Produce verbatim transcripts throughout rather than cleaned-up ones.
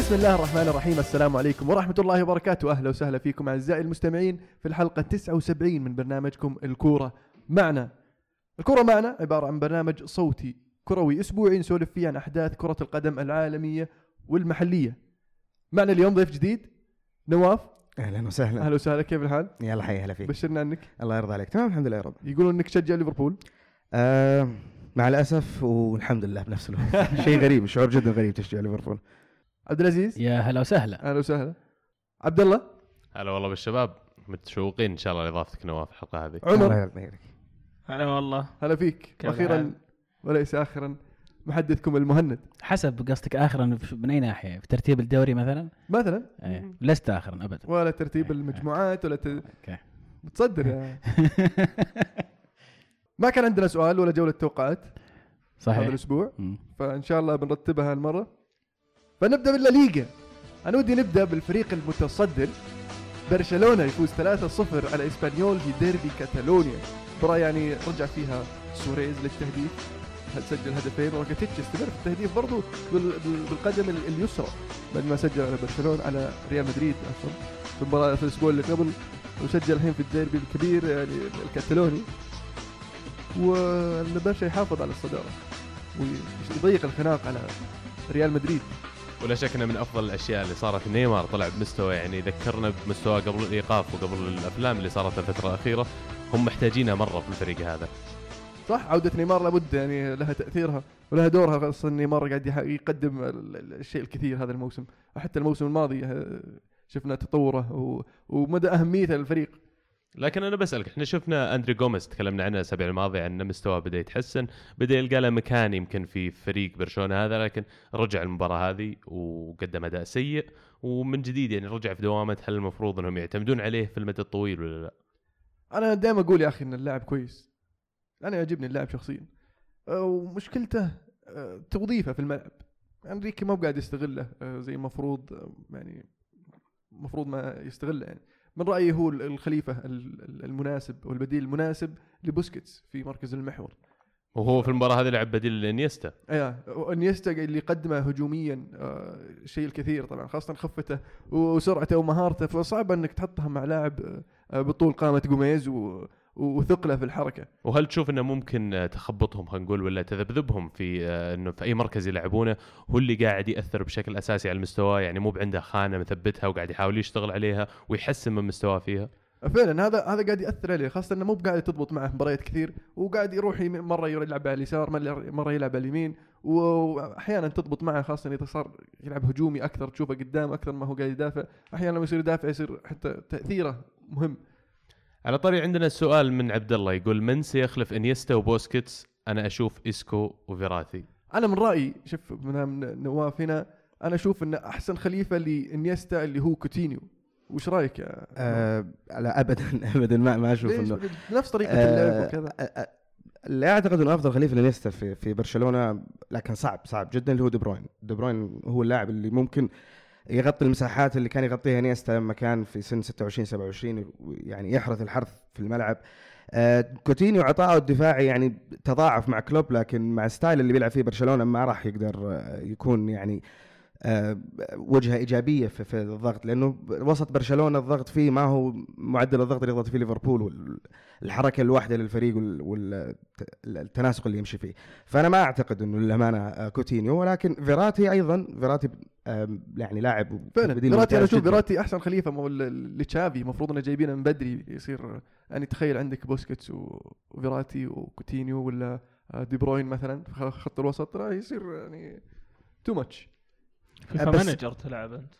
بسم الله الرحمن الرحيم. السلام عليكم ورحمة الله وبركاته. أهلا وسهلا فيكم أعزائي المستمعين في الحلقة تسعة وسبعين من برنامجكم الكورة معنا. الكورة معنا عبارة عن برنامج صوتي كروي أسبوعي نسولف فيه عن أحداث كرة القدم العالمية والمحلية. معنا اليوم ضيف جديد نواف. اهلا وسهلا. اهلا وسهلا، كيف الحال؟ يلا حي هلا فيك. بشرنا عنك. الله يرضى عليك. تمام الحمد لله يا رب. يقولون انك تشجع ليفربول. آه مع الاسف والحمد لله بنفس الوقت. شيء غريب، شعور جدا غريب تشجيع ليفربول. عبد العزيز. يا هلا وسهلا. اهلا وسهلا. عبد الله. هلا والله بالشباب، متشوقين ان شاء الله لاضافتك نواف الحلقه هذه. عمر. هلا والله. هلا فيك. اخيرا وليس اخرا محدثكم المهند. حسب قصدك اخرا من اي ناحيه؟ في ترتيب الدوري مثلا؟ مثلا ايه. لست اخرا ابدا، ولا ترتيب المجموعات ولا ت... اوكي متصدر يا ما كان عندنا سؤال ولا جولة توقعات صحيح هذا الأسبوع، م. فإن شاء الله بنرتبها هالمرة. فنبدأ بالليغا. أنا ودي نبدأ بالفريق المتصدر برشلونة يفوز ثلاثة صفر على إسبانيول في ديربي كاتالونيا. ترى يعني رجع فيها سوريز للتهديف، سجل هدفين، وراكيتيتش استمر في التهديف برضو بالقدم اليسرى بعد ما سجل على برشلونة على ريال مدريد أصلا في المباراة في الأسبوع اللي قبل، وسجل الحين في الديربي الكبير يعني الكاتالوني. والبرشا يحافظ على الصدارة ويضيق الخناق على ريال مدريد. ولا شك انه من افضل الاشياء اللي صارت. نيمار طلع بمستوى يعني ذكرنا بمستوى قبل الايقاف وقبل الافلام اللي صارت الفتره الاخيره، هم محتاجينها مره في الفريق هذا. صح، عودة نيمار لابد يعني لها تأثيرها ولها دورها، خاصة نيمار قاعد يقدم الشيء الكثير هذا الموسم، وحتى الموسم الماضي شفنا تطوره ومدى أهميته للفريق. لكن أنا بسألك، إحنا شفنا أندري غوميز تكلمنا عنه الأسابيع الماضية أن مستواه بدأ يتحسن، بدأ يلقى له مكان يمكن في فريق برشلونة هذا، لكن رجع المباراة هذه وقدم أداء سيء ومن جديد يعني رجع في دوامة. هل المفروض أنهم يعتمدون عليه في المدى الطويل ولا لا؟ أنا دائما أقول يا أخي أن اللاعب كويس، أنا يعجبني اللاعب شخصيا، ومشكلته توظيفه في الملعب. أنريكي ما بقاعد يستغله زي المفروض، يعني مفروض ما يستغله. يعني من رأيي هو الخليفة المناسب والبديل المناسب لبوسكيتس في مركز المحور، وهو في المباراة هذه لعب بديل لإنيستا. ايه انيستا اللي قدمه هجوميا شيء الكثير طبعا، خاصة خفته وسرعته ومهارته، فصعب انك تحطها مع لاعب بطول قامة جوميز و وثقله في الحركة. وهل تشوف انه ممكن تخبطهم خلينا نقول ولا تذبذبهم في انه في اي مركز يلعبونه هو اللي قاعد يأثر بشكل اساسي على المستوى؟ يعني مو عنده خانة مثبتها وقاعد يحاول يشتغل عليها ويحسن من مستواه فيها. فعلا هذا هذا قاعد يأثر عليه، خاصة انه مو قاعد تضبط معه مباريات كثير، وقاعد يروح مرة يلعب على اليسار مرة يلعب على اليمين، واحيانا تضبط معه، خاصة اذا صار يلعب هجومي اكثر تشوفه قدام اكثر ما هو قاعد يدافع. احيانا لما يصير يدافع يصير حتى تأثيره مهم. على طريق عندنا السؤال من عبد الله يقول: من سيخلف انيستا وبوسكيتس؟ انا اشوف اسكو وفيراتي. انا من رايي شوف من نواف هنا، انا اشوف ان احسن خليفه لانيستا اللي هو كوتينيو. وش رايك يا أه لا ابدا ابدا ما ما اشوف انه نفس طريقه اللعب وكذا. أه لا اعتقد انه افضل خليفه لانيستا في في برشلونه، لكن صعب صعب جدا اللي هو دي بروين. دي بروين هو اللاعب اللي ممكن يغطي المساحات اللي كان يغطيها انيستا لما كان في سن ستة وعشرين سبعة وعشرين، يعني يحرث الحرث في الملعب. آه كوتينيو عطاءه الدفاعي يعني تضاعف مع كلوب، لكن مع ستايل اللي بيلعب فيه برشلونة ما راح يقدر آه يكون يعني آه وجهة إيجابية في, في الضغط، لأنه وسط برشلونة الضغط فيه ما هو معدل الضغط اللي يضغط فيه ليفربول، والحركة الواحدة للفريق والتناسق اللي يمشي فيه. فأنا ما أعتقد أنه للأمانة كوتينيو، ولكن فيراتي أيضا فيراتي يعني لاعب فعلا. فيراتي أنا أشوف فيراتي أحسن خليفة لتشافي، مفروض أنه جايبينه من بدري يصير. يعني تخيل عندك بوسكيتس وفيراتي وكوتينيو ولا دي بروين مثلا في خط الوسط، راح يصير يعني تو ماتش. في مانجر تلعب أنت.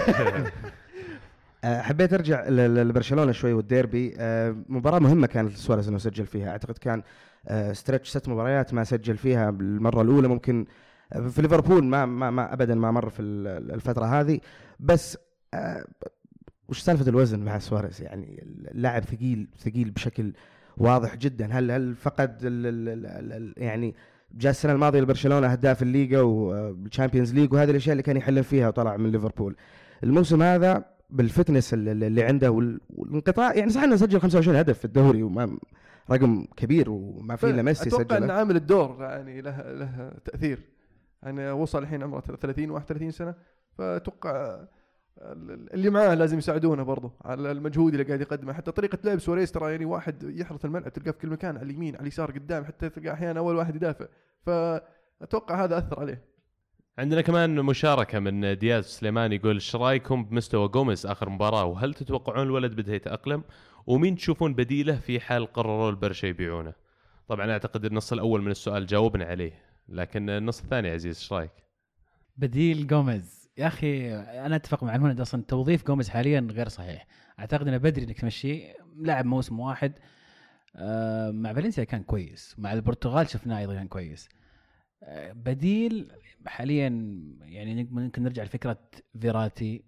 حبيت أرجع لبرشلونة شوي والديربي. مباراة مهمة كانت سواريز إنه سجل فيها، أعتقد كان ستريتش ست مباريات ما سجل فيها بالمرة الأولى. ممكن في ليفربول ما ما ما أبدا ما مر في الفترة هذه. بس وش سالفة الوزن مع سواريز؟ يعني اللاعب ثقيل ثقيل بشكل واضح جدا. هل هل فقد ال ال ال يعني جاء السنة الماضية لبرشلونة هداف الليغا والشامبيونز ليج وهذه الأشياء اللي كان يحلم فيها وطلع من ليفربول. الموسم هذا بالفتنس اللي عنده والانقطاع، يعني صح انه سجل خمسة وعشرين هدف في الدوري وما رقم كبير وما في الا ميسي سجل. اتوقع ان عامل الدور يعني له له تاثير. يعني وصل الحين عمره ثلاثين واحد وثلاثين سنه، فأتوقع اللي معاه لازم يساعدونه برضه على المجهود اللي قاعد يقدمه. حتى طريقة لعب سواريز ترى يعني واحد يحرث الملعب تلقاه في كل مكان، على اليمين على اليسار قدام، حتى تلقاه أحيانا أول واحد يدافع، فأتوقع هذا أثر عليه. عندنا كمان مشاركة من دياز سليمان يقول ايش رايكم بمستوى جوميز آخر مباراة، وهل تتوقعون الولد بدأ يتأقلم، ومين تشوفون بديله في حال قرروا البرشا يبيعونه؟ طبعا أعتقد النص الأول من السؤال جاوبنا عليه، لكن النص الثاني عزيز ايش رايك؟ بديل جوميز يا أخي أنا أتفق مع المهند، أصلا توظيف جوميز حاليا غير صحيح. أعتقد أنه بدري إنك تمشيه، لاعب موسم واحد آه مع فالنسيا كان كويس، مع البرتغال شفناه أيضا كان كويس. آه بديل حاليا يعني ممكن نرجع لفكرة فيراتي،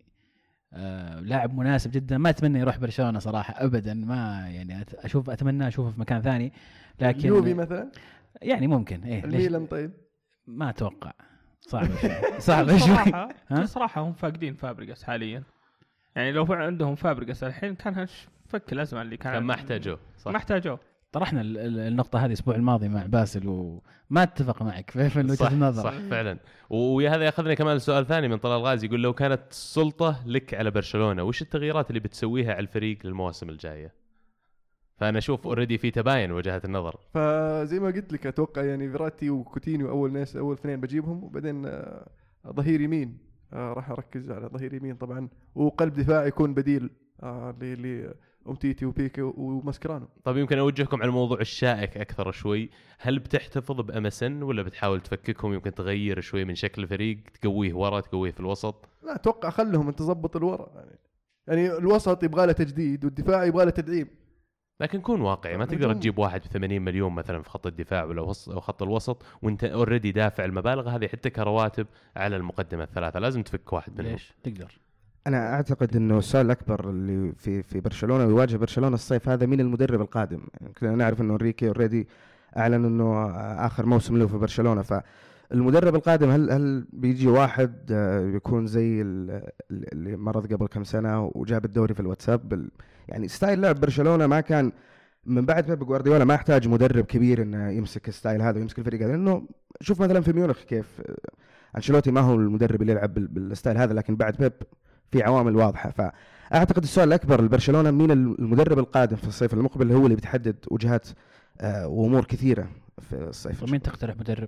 آه لاعب مناسب جدا، ما أتمنى يروح برشلونة صراحة أبدا، ما يعني أشوف أتمنى أشوفه في مكان ثاني، لكن اليوفي مثلا يعني ممكن إيه الميلان طيب ما أتوقع، صعب شوي صعب شوي. صراحة هم فاقدين فابريغاس حاليا، يعني لو عندهم فابريغاس الحين كان فك الأزمة اللي كان كان ما احتاجوه ما احتاجوه. طرحنا النقطة هذه الأسبوع الماضي مع باسل وما اتفق معك في وجهة النظر. صح فعلا. وهذا ياخذنا كمان سؤال ثاني من طلال غازي يقول لو كانت السلطة لك على برشلونة وش التغييرات اللي بتسويها على الفريق للمواسم الجاية؟ فأنا أشوف أوريدي في تباين وجهة النظر. فزي ما قلت لك أتوقع يعني فيراتي وكوتينيو أول ناس أول اثنين بجيبهم، وبعدين آه ظهير يمين آه راح أركز على ظهير يمين طبعا، وقلب دفاع يكون بديل آه ل أمتيتي وبيكي وماسكرانو. طب يمكن أوجهكم على الموضوع الشائك أكثر شوي، هل بتحتفظ بأمسن ولا بتحاول تفككهم، يمكن تغير شوي من شكل الفريق، تقويه ورا تقويه في الوسط؟ لا أتوقع خلهم أنت تضبط الورا، يعني يعني الوسط يبغى له تجديد والدفاع يبغى له تدعيم، لكن كون واقعي، ما تقدر تجيب واحد بثمانين مليون مثلا في خط الدفاع ولا خط الوسط وانت اوريدي دافع المبالغ هذه حتى كرواتب على المقدمة الثلاثة، لازم تفك واحد منهم. ليش تقدر؟ انا اعتقد انه السؤال الاكبر اللي في في برشلونه ويواجه برشلونه الصيف هذا مين المدرب القادم. يعني كلنا نعرف انه انريكي اوريدي اعلن انه اخر موسم له في برشلونه، فالمدرب القادم هل هل بيجي واحد يكون زي اللي مرض قبل كم سنه وجاب الدوري في الواتساب؟ يعني ستايل لعب برشلونه ما كان من بعد بيب جوارديولا ما يحتاج مدرب كبير انه يمسك ستايل هذا ويمسك الفريق هذا، لانه شوف مثلا في ميونخ كيف أنشيلوتي ما هو المدرب اللي يلعب بالستايل هذا، لكن بعد بيب في عوامل واضحة. فأعتقد السؤال الأكبر لبرشلونة مين المدرب القادم في الصيف المقبل، هو اللي بتحدد وجهات آه وأمور كثيرة في الصيف. ومين تقترح مدرب؟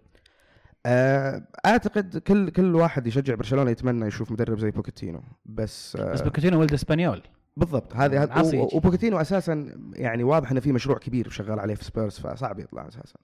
آه أعتقد كل كل واحد يشجع برشلونة يتمنى يشوف مدرب زي بوكيتينو، بس آه بس بوكيتينو ولد اسبانيول بالضبط. هذه هذا وبوكيتينو أساسا يعني واضح إنه في مشروع كبير شغال عليه في سبيرز، فصعب يطلع أساسا.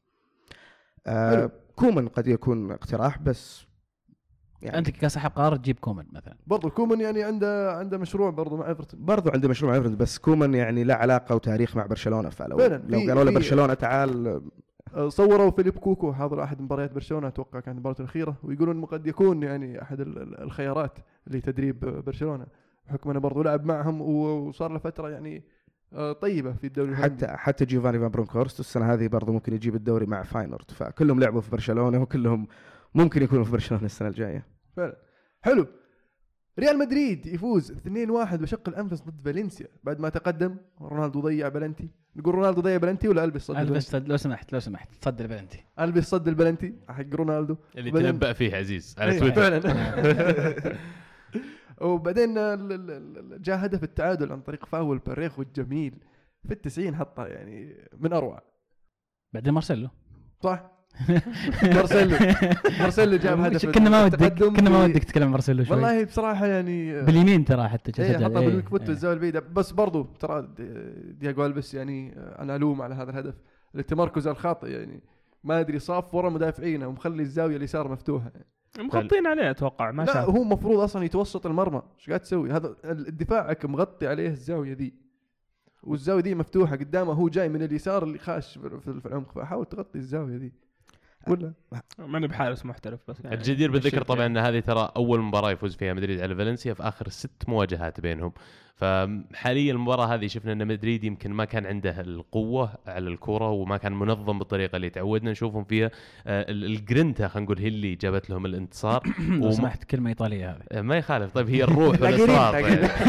آه كومان قد يكون اقتراح، بس يعني انت كصاحب قرار تجيب كومان مثلا. برضو كومان يعني عنده عنده مشروع برضو مع ايفرتون، برضو عنده مشروع مع ايفرتون، بس كومان يعني لا علاقه وتاريخ مع برشلونه، فلو لو قالوا له برشلونه تعال. صوروا فيليب كوكو حاضر احد مباريات برشلونه، اتوقع كانت المباراه الاخيره، ويقولون قد يكون يعني احد الخيارات لتدريب برشلونه بحكم انه برضو لعب معهم وصار له فتره يعني طيبه في الدوري. حتى حتى جيوفاني فان برونكورست السنه هذه برضو ممكن يجيب الدوري مع فاينورد، فكلهم لعبوا في برشلونه وكلهم ممكن يكونوا في برشلونه السنه الجايه. فعلا حلو. ريال مدريد يفوز اثنين واحد بشق الانفس ضد فالنسيا بعد ما تقدم. رونالدو ضيع بلنتي. نقول رونالدو ضيع بلنتي ولا البس صد البس صد؟ لو سمحت لو سمحت صد البلنتي. البس صد البلنتي حق رونالدو اللي تنبأ فيه عزيز على أيه تويتر. فعلا. وبعدين جاء هدف التعادل عن طريق فاول باريخو الجميل في التسعين، حطها يعني من اروع. بعدين مارسيلو صح. مارسيلو مارسيلو جاب هدف. كنا ما ودك كنا ما ودك تتكلم مارسيلو شوي والله بصراحه يعني باليمين ترى حتى جسده ايه حطها بالويك فوت الزاويه البعيده، بس برضو ترى دياغو البس يعني انا الوم على هذا الهدف التمركز الخاطئ، يعني ما ادري صاف ورا مدافعينه ومخلي الزاويه اليسار مفتوحه، مغطين عليه اتوقع. ما لا شاف. هو مفروض اصلا يتوسط المرمى، ايش قاعد تسوي؟ هذا الدفاعك مغطي عليه الزاويه ذي والزاويه ذي مفتوحه قدامه، هو جاي من اليسار اللي خاش في العمق، فحاول تغطي الزاويه ذي. ولا ماني بحارس محترف بس يعني الجدير بالذكر طبعا ان هذه ترى اول مباراه يفوز فيها مدريد على فالنسيا في اخر ست مواجهات بينهم، فحاليا المباراة هذه شفنا أن مدريد يمكن ما كان عنده القوة على الكرة وما كان منظم بالطريقة اللي تعودنا نشوفهم فيها. الجرينتا خلينا نقول هي اللي جابت لهم الانتصار. لو سمحت كلمة إيطالية هذه ما يخالف. طيب هي الروح والإصرار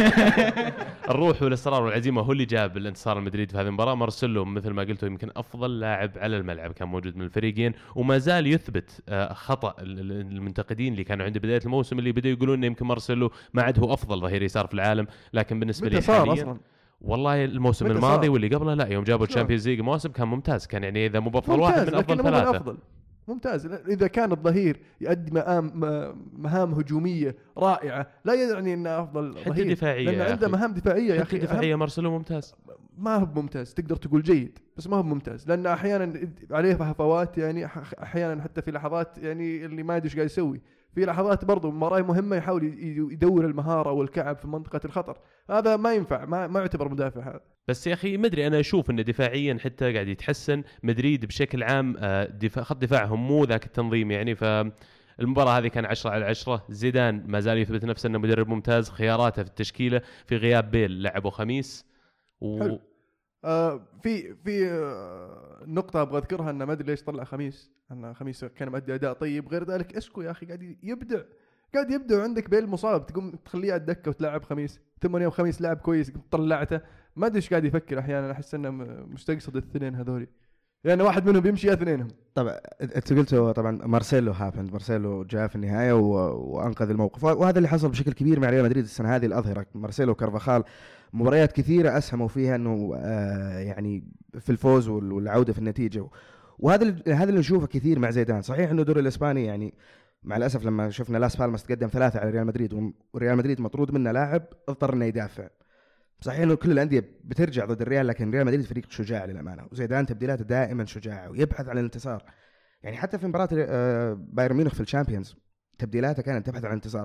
الروح والإصرار والعزيمة هو اللي جاب الانتصار المدريد في هذه المباراة. مارسيلو مثل ما قلتوا يمكن أفضل لاعب على الملعب كان موجود من الفريقين، وما زال يثبت خطأ المنتقدين اللي كانوا عند بداية الموسم اللي بدأوا يقولون إن يمكن مارسيلو ما عاد هو أفضل ظهير يسار في العالم. لكن بالنسبة لي حاليا أصلاً؟ والله الموسم الماضي واللي قبله لا، يوم جابوا الشامبيونز ليج مواسم كان ممتاز، كان يعني إذا مو بأفضل واحد من أفضل ثلاثة. أفضل. ممتاز. إذا كان الظهير يؤدي مهام مهام هجومية رائعة لا يعني إنه أفضل حتى دفاعية، لأن عنده مهام دفاعية يا أخي. دفاعية مارسيلو ممتاز، ما هو ممتاز، تقدر تقول جيد بس ما هو ممتاز، لأن أحيانا عليه هفوات يعني، أحيانا حتى في لحظات يعني اللي ما يدري قاعد يسوي، في لحظات برضو مباراة مهمة يحاول يدور المهارة والكعب في منطقة الخطر. هذا ما ينفع، ما ما يعتبر مدافع هذا. بس يا أخي مدري أنا أشوف إن دفاعيا حتى قاعد يتحسن مدريد بشكل عام. دفاع خط دفاعهم مو ذاك التنظيم يعني. فالمباراة هذه كان عشرة على عشرة. زيدان ما زال يثبت نفسه إنه مدرب ممتاز. خياراته في التشكيلة في غياب بيل لعبوا خميس و... آه في في آه نقطة أبغى أذكرها، أن ما أدري ليش طلع خميس، أن خميس كان مؤدي أداء طيب. غير ذلك إسكو يا أخي قاعد يبدع، قاعد يبدع. عندك بيل مصاب تقوم تخليه على الدكة وتلعب خميس. ثم يوم خميس لعب كويس طلعته. ما أدري إيش قاعد يفكر أحيانا. أحس إنه مستقصد الاثنين هذولي، يعني واحد منهم بيمشي اثنينهم. طبعا أنت قلته طبعا مارسيلو هابند، مارسيلو جاء في النهاية و... وأنقذ الموقف، وهذا اللي حصل بشكل كبير مع ريال مدريد السنة هذه. الأظهرة مارسيلو وكارفاخال مباريات كثيرة أسهموا فيها إنه آه يعني في الفوز والعودة في النتيجة. وهذا هذا اللي نشوفه كثير مع زيدان. صحيح إنه الدوري الإسباني يعني مع الأسف لما شفنا لاس بالماس تقدم ثلاثة على ريال مدريد وريال مدريد مطرود منه لاعب اضطر إنه يدافع. صحيح إنه كل الأندية بترجع ضد الريال، لكن ريال مدريد فريق شجاع للأمانة، وزيدان تبديلاته دائما شجاعة ويبحث عن الانتصار. يعني حتى في مباراة بايرن ميونخ في الشامبيونز تبديلاته كانت تبحث عن الانتصار.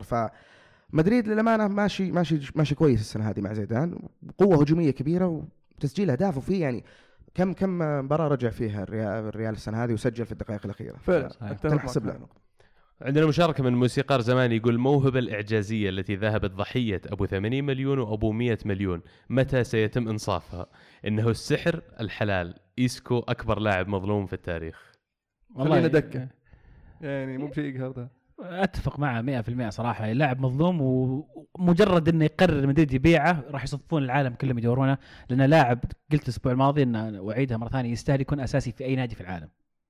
فمدريد للأمانة ماشي ماشي ماشي كويس السنة هذه مع زيدان، قوة هجومية كبيرة وتسجيل أهداف. وفيه يعني كم كم مباراة رجع فيها الريال, الريال السنة هذه وسجل في الدقائق الأخيرة. تنحسب له. عندنا مشاركة من موسيقار زمان يقول: الموهبة الإعجازية التي ذهبت ضحية أبو ثمانين مليون وأبو مئة مليون متى سيتم إنصافها؟ إنه السحر الحلال. إيسكو أكبر لاعب مظلوم في التاريخ. والله دكة يعني مو بشيء هذا. أتفق معه مئة في المئة صراحة. لاعب مظلوم، ومجرد إنه يقرر مدريد يبيعه راح يصفون العالم كلهم يدورونه، لأنه لاعب قلت الأسبوع الماضي إنه وعيدها مرة ثانية يستاهل يكون أساسي في أي نادي في العالم.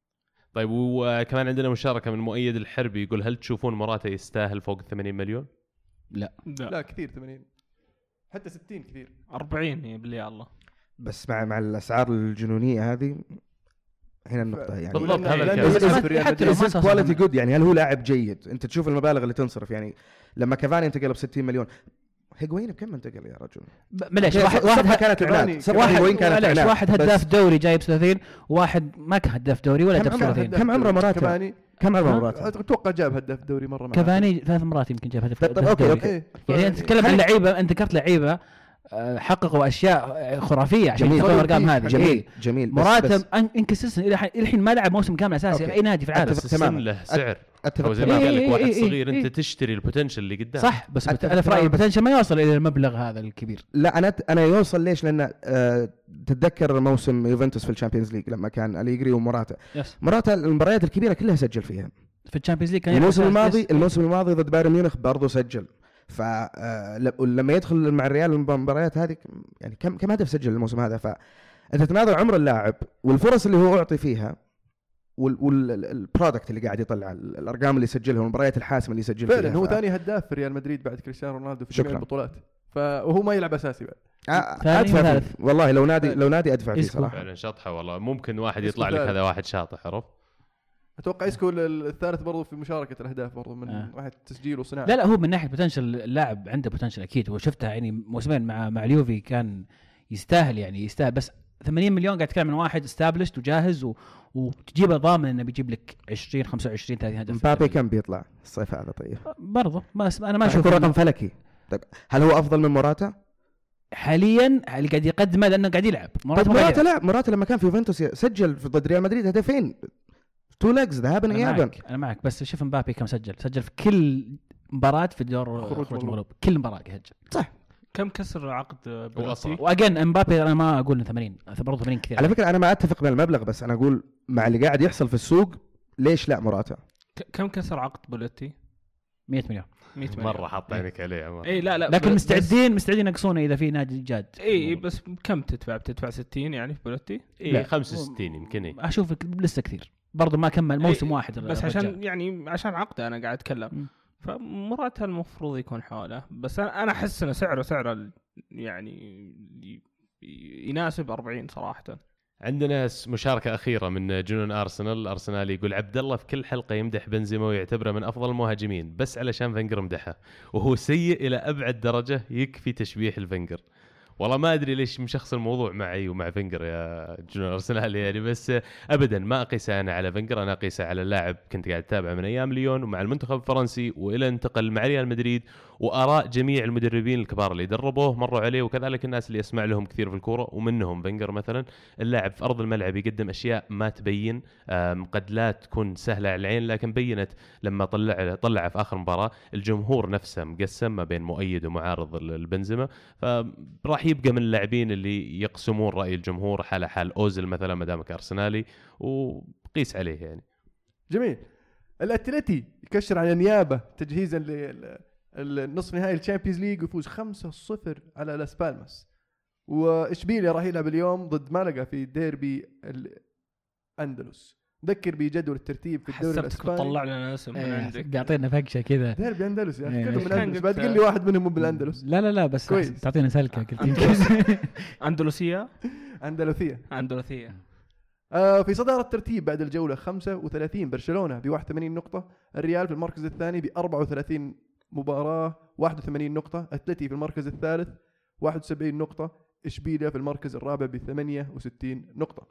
طيب وكمان عندنا مشاركة من مؤيد الحربي يقول: هل تشوفون مراته يستاهل فوق ثمانين مليون؟ لا لا, لا كثير، ثمانين حتى ستين كثير، أربعين هي بالله الله. بس مع مع الأسعار الجنونية هذه هنا النقطة يعني. بالضبط هذا حتى كواليتي جود يعني. هل هو لاعب جيد؟ أنت تشوف المبالغ اللي تنصرف يعني. لما كافاني انتقل ب ستين مليون، هيغوين بكم انتقل يا رجل؟ معليش واحد واحد كانت عناد، واحد هيغوين كانت عناد، واحد هداف دوري جايب ثلاثين، وواحد ما كان هداف دوري ولا جاب ثلاثين. كم عمره مراته؟ كم عمره مراته؟ اتوقع جاب هداف دوري مره. كافاني ثلاث مرات يمكن جاب هدف دوري. اوكي اوكي يعني انت تتكلم عن لعيبه، انت ذكرت لعيبه حققوا اشياء خرافيه عشان يدخلوا الارقام هذه. جميل جميل. مراته انكسسن الى الحين ما لعب موسم كامل اساسي في اي نادي في العالم. تمام له سعر او زي ما قال لك واحد صغير انت تشتري البوتنشل اللي قدام. صح، بس انا في رايي البوتنشل ما يوصل الى المبلغ هذا الكبير. لا انا انا يوصل. ليش؟ لان أه تتذكر موسم يوفنتوس في الشامبيونز ليج لما كان أليجري ومراته مراته المباريات الكبيره كلها سجل فيها. في الشامبيونز ليج كان الموسم الماضي الموسم الماضي ضد بايرن ميونخ برضه سجل. فلما يدخل مع الريال المباريات هذه يعني كم كم هدف سجل الموسم هذا. فانت تناظر عمر اللاعب والفرص اللي هو اعطي فيها والبرودكت اللي قاعد يطلع، الارقام اللي يسجلها والمباريات الحاسمه اللي يسجل فيها. فعلا هو ثاني هداف في ريال مدريد بعد كريستيانو رونالدو في جميع البطولات، فهو ما يلعب اساسي بعد. ادفع فيه والله. لو نادي لو نادي ادفع فيه صراحه. فعلا شطحه والله. ممكن واحد يطلع لك هذا واحد شاطح. عرف اتوقع اسكو الثالث برضو في مشاركه الاهداف برضو من آه. واحد تسجيل وصناعه. لا لا هو من ناحيه بوتنشل اللاعب عنده بوتنشل اكيد، وشفتها يعني موسمين مع مع اليوفي كان يستاهل يعني يستاهل. بس ثمانين مليون قاعد تتكلم عن واحد استابلشت وجاهز و... وتجيبه ضامن انه بيجيب لك عشرين خمسة وعشرين ثلاثين هدف. مبابي كم بيطلع الصيف هذا؟ طيب برضه بس انا ما اشوف رقم فلكي. طيب هل هو افضل من موراتا حاليا اللي قاعد يقدمه لانه قاعد يلعب؟ موراتا لا، موراتا لما كان في يوفنتوس سجل في ضد ريال مدريد هدفين تو ليجز ذهابا ايابا. انا معك بس شوف مبابي كم سجل. سجل في كل مباراه في دور خروج المغلوب، كل مباراه سجل. صح كم كسر عقد بلوتي؟ واجن امبابي انا ما اقول ثمانين، برضه ثمانين كثير. على فكره انا ما اتفق مع المبلغ، بس انا اقول مع اللي قاعد يحصل في السوق ليش لا مراتا. كم كسر عقد بلوتي؟ مية مليون. مية مليون مره حاط عينك عليه. اي لا لا لكن مستعدين مستعدين ينقصونه اذا في نادي جاد. اي بس كم تدفع؟ بتدفع ستين يعني في بلوتي؟ اي خمسة وستين يمكن. ايه اشوف لسه كثير برضه ما كمل موسم واحد بس عشان رجال. يعني عشان عقده انا قاعد اتكلم م. فمراته المفروض يكون حوله، بس انا انا احس انه سعره سعره يعني يناسب أربعين صراحه. عندنا مشاركة أخيرة من جنون أرسنال. الأرسنال يقول عبد الله في كل حلقة يمدح بنزيما ويعتبره من أفضل المهاجمين بس علشان فينجر مدحه، وهو سيء إلى أبعد درجة يكفي تشبيح الفينجر. والله ما أدري ليش مشخص الموضوع معي ومع فينجر يا جنون أرسنال يعني، بس أبدا ما أقيسه أنا على فينجر، أنا أقيسه على اللاعب كنت قاعد أتابعه من أيام ليون ومع المنتخب الفرنسي وإلى انتقل مع ريال مدريد، وآراء جميع المدربين الكبار اللي دربوه مروا عليه وكذلك الناس اللي يسمع لهم كثير في الكورة ومنهم فينجر مثلا. اللاعب في أرض الملعب يقدم أشياء ما تبين، قد لا تكون سهلة على العين لكن بينت لما طلع طلع في آخر مباراة. الجمهور نفسه مقسم ما بين مؤيد ومعارض البنزيما، فراح يبقى من اللاعبين اللي يقسمون رأي الجمهور حال حال أوزيل مثلا ما دامك أرسنالي وقيس عليه يعني. جميل. الأتلتي يكشر على نيابة تجهيزا ل النصف نهائي الشامبيونز ليج ويفوز خمسة صفر على لاس بالماس. وإشبيليا راح يلعب اليوم ضد مالاغا في ديربي الأندلس. ذكر بجدول الترتيب في الدوري الإسباني. طلع لنا اسم من عندك بيعطينا فقشه كذا. ديربي أندلس يا أخي كلهم من الأندلس، بعد تقول لي واحد منهم مو بالأندلس. لا لا لا بس تعطينا سلكه قلت أندلسية أندلسية أندلسية. آه في صدارة الترتيب بعد الجولة خمسة وثلاثين برشلونة ب واحد وثمانين نقطة، الريال في المركز الثاني ب أربعة وثلاثين مباراة واحد وثمانين نقطة، أتلتي في المركز الثالث واحد وسبعين نقطة، إشبيليا في المركز الرابع ب ثمانية وستين نقطة.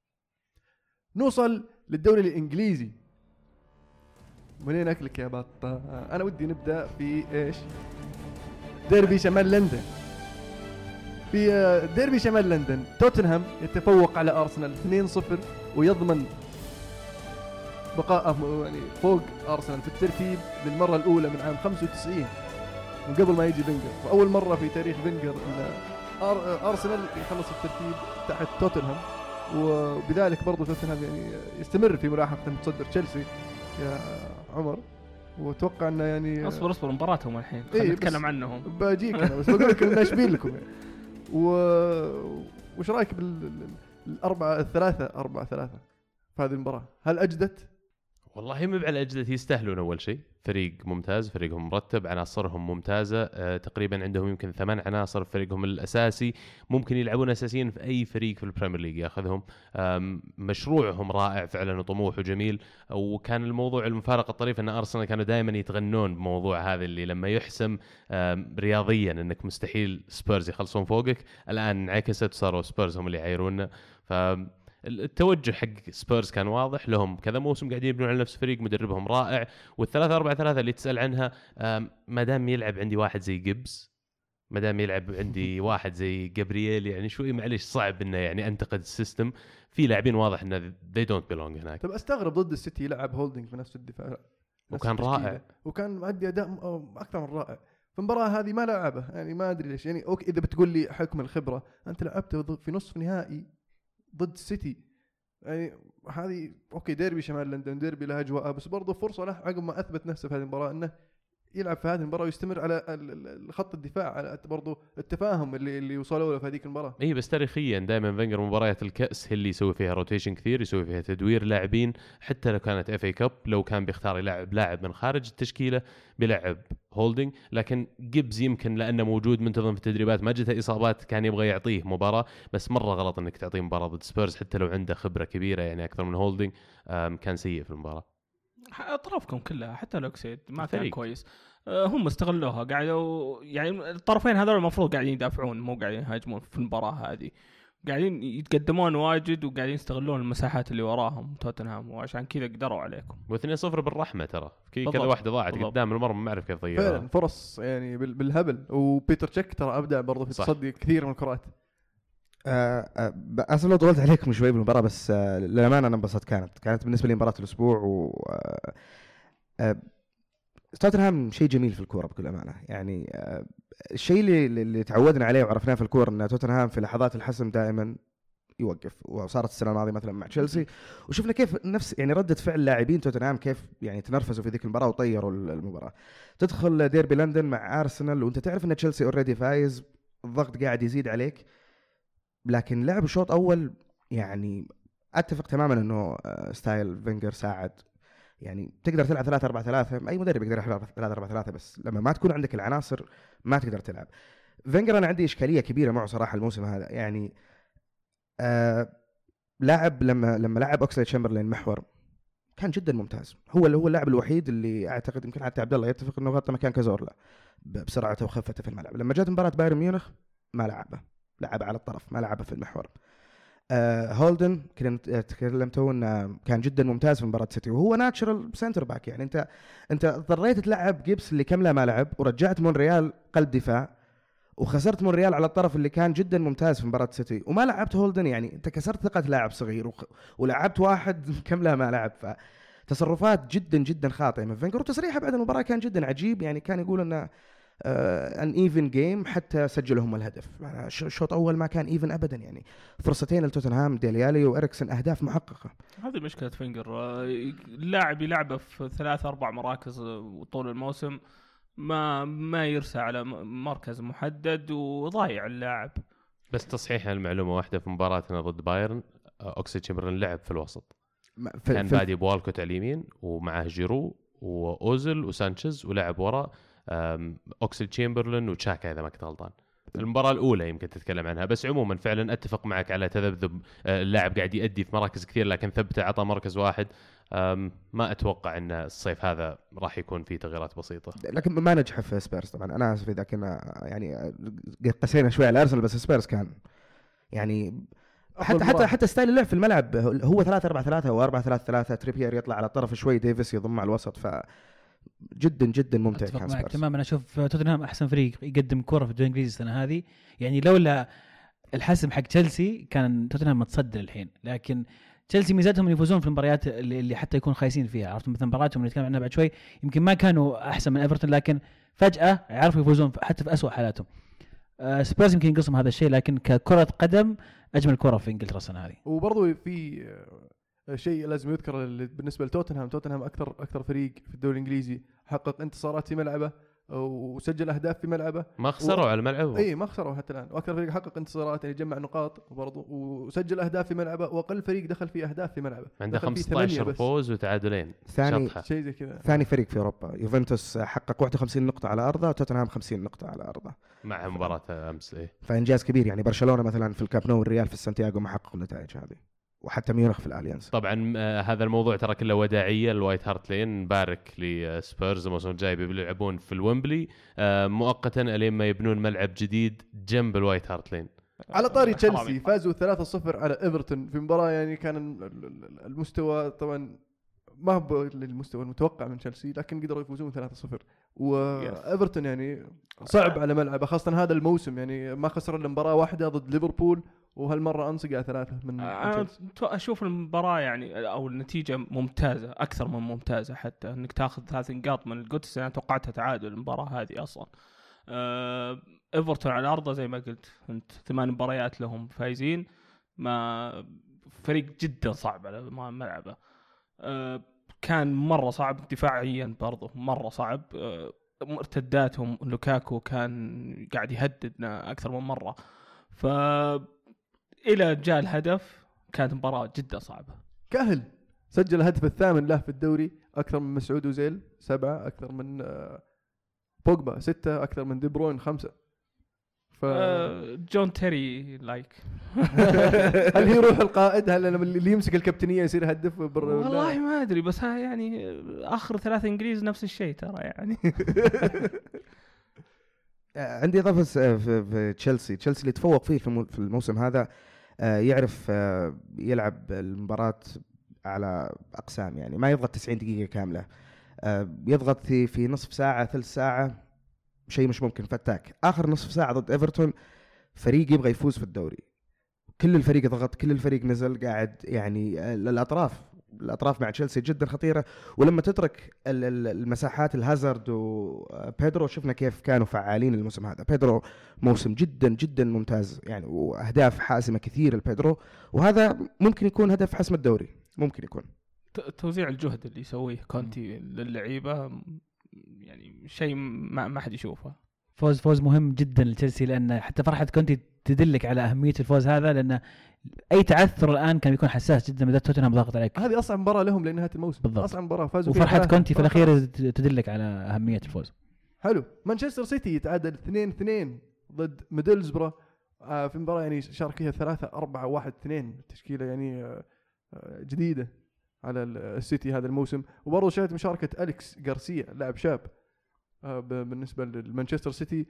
نوصل للدوري الإنجليزي. منين أكلك يا بطة؟ أنا ودي نبدأ في إيش؟ ديربي شمال لندن. في ديربي شمال لندن توتنهام يتفوق على أرسنال اثنين صفر ويضمن بقاء يعني فوق أرسنال في الترتيب للمرة الأولى من عام خمسة وتسعين من قبل ما يجي فينجر، وأول مرة في تاريخ فينجر أن أرسنال يخلص الترتيب تحت توتنهام، وبذلك برضو توتنهام يعني يستمر في ملاحقة المتصدر تشيلسي يا عمر. واتوقع انه يعني اصبر اصبر مباراتهم الحين خلينا إيه نتكلم عنهم. باجيك انا بس بقول لك انه اشبيل لكم يعني. و وش رايك بالاربعه الثلاثه أربعة ثلاثة في هذه المباراه؟ هل اجدت؟ والله هم على أجدت يستاهلون. أول شيء فريق ممتاز، فريقهم مرتب، عناصرهم ممتازة، أه تقريبا عندهم يمكن ثمان عناصر في فريقهم الأساسي ممكن يلعبون أساسيا في أي فريق في البريمير ليج يأخذهم. مشروعهم رائع فعلا وطموح وجميل. وكان الموضوع المفارقة الطريف أن أرسنال كانوا دائما يتغنون بموضوع هذا اللي لما يحسم رياضيا أنك مستحيل سبيرز يخلصون فوقك، الآن انعكست صاروا سبيرز هم اللي يعيرونا. ف التوجه حق سبيرز كان واضح، لهم كذا موسم قاعدين يبنون على نفس فريق، مدربهم رائع. والثلاثة أربعة ثلاثة اللي تسأل عنها ما دام يلعب عندي واحد زي جيبز، ما دام يلعب عندي واحد زي جابرييل، يعني شوي معليش صعب انه يعني انتقد السيستم. في لاعبين واضح انه they don't belong هناك. طب استغرب ضد السيتي يلعب هولدينج في نفس الدفاع نفس وكان رائع وكان مؤدي اداء اكثر من رائع. في المباراة هذه ما لعبه يعني ما ادري ليش يعني. اوكي اذا بتقول لي حكم الخبرة، انت لعبته في نصف نهائي ضد السيتي يعني هذه اوكي ديربي شمال لندن ديربي لها اجواء، بس برضه فرصه له عقب ما اثبت نفسه في هذه المباراه انه يلعب في هذه المباراه ويستمر على خط الدفاع، على برضه التفاهم اللي اللي وصلوا له في هذيك المباراه. اي بس تاريخيا دائما فينجر مباريات الكاس هي اللي يسوي فيها روتيشن كثير، يسوي فيها تدوير لاعبين. حتى لو كانت اف اي كاب لو كان بيختار يلعب لاعب من خارج التشكيله بيلعب هولدينج، لكن جيبز يمكن لانه موجود منتظم في التدريبات ما جته اصابات كان يبغى يعطيه مباراه، بس مره غلط انك تعطيه مباراه ضد سبيرز حتى لو عنده خبره كبيره يعني اكثر من هولدينج. كان سيء في المباراه. اطرافكم كلها حتى لوكسيد ما كان كويس، هم استغلوها قاعدوا يعني الطرفين هذول المفروض قاعدين يدافعون مو قاعدين يهاجمون في المباراه هذه، قاعدين يتقدمون واجد وقاعدين يستغلون المساحات اللي وراهم توتنهام، وعشان كذا قدروا عليكم. واثنين صفر بالرحمه ترى في كذا واحده ضاعت قدام المرمى ما اعرف كيف ضيعها فعلا فرص يعني بالهبل. وبيتر تشيك ترى ابدع برضه في تصدي كثير من الكرات. أصلا لو طولت عليكم شوي بالمباراة بس آه للأمانة أنا انبسطت. كانت كانت بالنسبة لي مباراة الأسبوع. و آه توتنهام شيء جميل في الكورة بكل أمانة يعني. آه الشيء اللي اللي تعودنا عليه وعرفناه في الكورة ان توتنهام في لحظات الحسم دائما يوقف، وصارت السنه الماضيه مثلا مع تشيلسي، وشفنا كيف نفس يعني رده فعل لاعبين توتنهام كيف يعني تنرفزوا في ذيك المباراه وطيروا المباراه. تدخل ديربي لندن مع ارسنال وانت تعرف ان تشيلسي اوريدي فايز، الضغط قاعد يزيد عليك، لكن لعب شوط اول يعني اتفق تماما انه ستايل فينجر ساعد. يعني تقدر تلعب ثلاثة أربعة ثلاثة، اي مدرب يقدر يلعب ثلاثة أربعة ثلاثة، بس لما ما تكون عندك العناصر ما تقدر تلعب. فينجر انا عندي اشكاليه كبيره معه صراحه الموسم هذا. يعني آه لاعب لما لما لعب اوكسليد تشامبرلين محور كان جدا ممتاز، هو اللي هو اللاعب الوحيد اللي اعتقد يمكن حتى عبد الله يتفق انه غطى مكان كازورلا بسرعته وخفته في الملعب. لما جت مباراه بايرن ميونخ ما لعبه، لعب على الطرف، ما لعبه في المحور. آه هولدن كنا تكلمتوا انه كان جدا ممتاز في مباراه سيتي، وهو ناتشرال سنتر باك. يعني انت انت اضطريت تلعب جيبس اللي كمله ما لعب، ورجعت مونريال قلب دفاع، وخسرت مونريال على الطرف اللي كان جدا ممتاز في مباراة سيتي، وما لعبت هولدن. يعني انت كسرت ثقة لاعب صغير وخ... ولعبت واحد كمله ما لعب. فتصرفات جدا جدا خاطئة من فينجر، وتصريحه بعد المباراة كان جدا عجيب. يعني كان يقول انه ان ايفن جيم حتى سجلوا هم الهدف. الشوط اول ما كان ايفن ابدا، يعني فرصتين لتوتنهام ديليالي وإريكسن اهداف محققة. هذه مشكلة فينجر، اللاعب يلعبه في ثلاث اربع مراكز طول الموسم، ما ما يرسى على مركز محدد وضايع اللاعب. بس تصحيح المعلومه واحده، في مباراتنا ضد بايرن اوكسيد تشامبرلين لعب في الوسط، في كان بادي بوالكوت على اليمين ومعه جيرو واوزل وسانشيز، ولعب وراء اوكسيد تشامبرلين وتشاكا اذا ما كنت غلطان. المباراه الاولى يمكن تتكلم عنها. بس عموما فعلا اتفق معك على تذبذب اللاعب، قاعد يؤدي في مراكز كثير لكن ثبته عطى مركز واحد. ما اتوقع ان الصيف هذا راح يكون فيه تغييرات بسيطه، لكن ما نجح في سبيرز. طبعا انا اسف اذا كنا يعني قسينا شوي على ارسنال، بس سبيرز كان يعني حتى حتى حتى ستايل اللعب في الملعب هو ثلاثة أربعة ثلاثة او أربعة ثلاثة ثلاثة، تريبير يطلع على الطرف شوي، ديفيس يضم على الوسط، ف جدا جدا ممتع كان سبيرز. تمام. انا اشوف توتنهام احسن فريق يقدم كره في الدوري الانجليزي السنه هذه. يعني لولا الحسم حق تشيلسي كان توتنهام متصدر الحين، لكن تشيلسي ميزتهم ان يفوزون في المباريات اللي, اللي حتى يكون خايسين فيها. عرفت مثلا مباراتهم اللي نتكلم عنها بعد شوي يمكن ما كانوا احسن من ايفرتون، لكن فجاه يعرفوا يفوزون حتى في أسوأ حالاتهم. آه سبيرز يمكن ينقصهم هذا الشيء، لكن ككره قدم اجمل كره في انجلترا السنه هذه. وبرضه في شيء لازم يذكر بالنسبه لتوتنهام، توتنهام اكثر اكثر فريق في الدوري الانجليزي حقق انتصارات في ملعبه وسجل اهداف في ملعبه، ما خسروا و... على ملعبه. اي ما خسروا حتى الان، واكثر فريق حقق انتصارات يعني جمع نقاط برضو وسجل اهداف في ملعبه، واقل فريق دخل فيه اهداف في ملعبه، عنده خمسة عشر فوز وتعادلين. ثاني شيء زي كذا. ثاني فريق في اوروبا. يوفنتوس حقق واحد وخمسين نقطه على ارضه، وتوتنهام خمسين نقطه على ارضه مع مباراه امس. ايه فانجاز كبير. يعني برشلونه مثلا في الكاب نو والريال في السانتياغو ما حققوا النتائج هذه، وحتى ميونخ في الاليانز. طبعا آه هذا الموضوع ترى كله وداعيه الوايت هارت لين. نبارك لسبيرز الموسم الجاي بيلعبون في الويمبلي آه مؤقتا الين ما يبنون ملعب جديد جنب الوايت هارت لين. على طاري تشيلسي فازوا ثلاثة صفر على ايفرتون في مباراه يعني كان المستوى طبعا ما هو للمستوى المتوقع من تشيلسي، لكن قدروا يفوزون ثلاثة صفر. وايفرتون يعني صعب على ملعبه، خاصه هذا الموسم يعني ما خسر الا مباراه واحده ضد ليفربول، وهالمره انصقع ثلاثه من أنا اشوف المباراه يعني او النتيجه ممتازه اكثر من ممتازه، حتى انك تاخذ ثلاث نقاط من القدس. انا توقعتها تعادل المباراه هذه اصلا. أه ايفرتون على ارضه زي ما قلت انت، ثمان مباريات لهم فايزين، ما فريق جدا صعب على ملعبه. أه كان مره صعب دفاعيا، برضه مره صعب. أه مرتداتهم لوكاكو كان قاعد يهددنا اكثر من مره، ف إلى جاء الهدف كانت مباراة جدا صعبة. كاهل سجل الهدف الثامن له في الدوري، أكثر من مسعود وزيل سبعة، أكثر من بوجبا ستة، أكثر من دي بروين خمسة. ف... جون تيري لايك هل هي روح القائد؟ هل اللي يمسك الكابتنية يصير هدف؟ والله ما أدري، بس ها يعني آخر ثلاثة إنجليز نفس الشيء ترى يعني. عندي إضافة في تشيلسي. تشيلسي اللي تفوق فيه في الموسم هذا يعرف يلعب المباراة على أقسام، يعني ما يضغط تسعين دقيقة كاملة، يضغط في نصف ساعة ثلث ساعة، شيء مش ممكن فتاك. آخر نصف ساعة ضد إيفرتون فريق يبغى يفوز في الدوري، كل الفريق ضغط، كل الفريق نزل قاعد يعني الأطراف الاطراف مع تشيلسي جدا خطيره، ولما تترك المساحات الهازارد وبيدرو شفنا كيف كانوا فعالين الموسم هذا. بيدرو موسم جدا جدا ممتاز يعني، واهداف حاسمه كثير البيدرو، وهذا ممكن يكون هدف حسم الدوري، ممكن يكون توزيع الجهد اللي يسويه كونتي للعيبه يعني شيء ما ما حد يشوفه. فوز فوز مهم جدا لتشيلسي، لان حتى فرحه كونتي تدلك على اهميه الفوز هذا، لان اي تعثر الان كان بيكون حساس جدا، بدأت توتنهام ضاغط عليك. هذه اصعب مباراه لهم لنهايه الموسم، بالضبط. اصعب مباراه فازوا فيها، وفرحه كونتي في الاخير تدلك على اهميه الفوز. حلو. مانشستر سيتي يتعادل اثنين اثنين ضد ميدلزبرا آه في مباراه يعني شارك فيها ثلاثة أربعة واحد اثنين، تشكيله يعني آه جديده على السيتي هذا الموسم. وبرضه شاهدت مشاركه أليكس غارسيا لاعب شاب آه بالنسبه للمانشستر سيتي،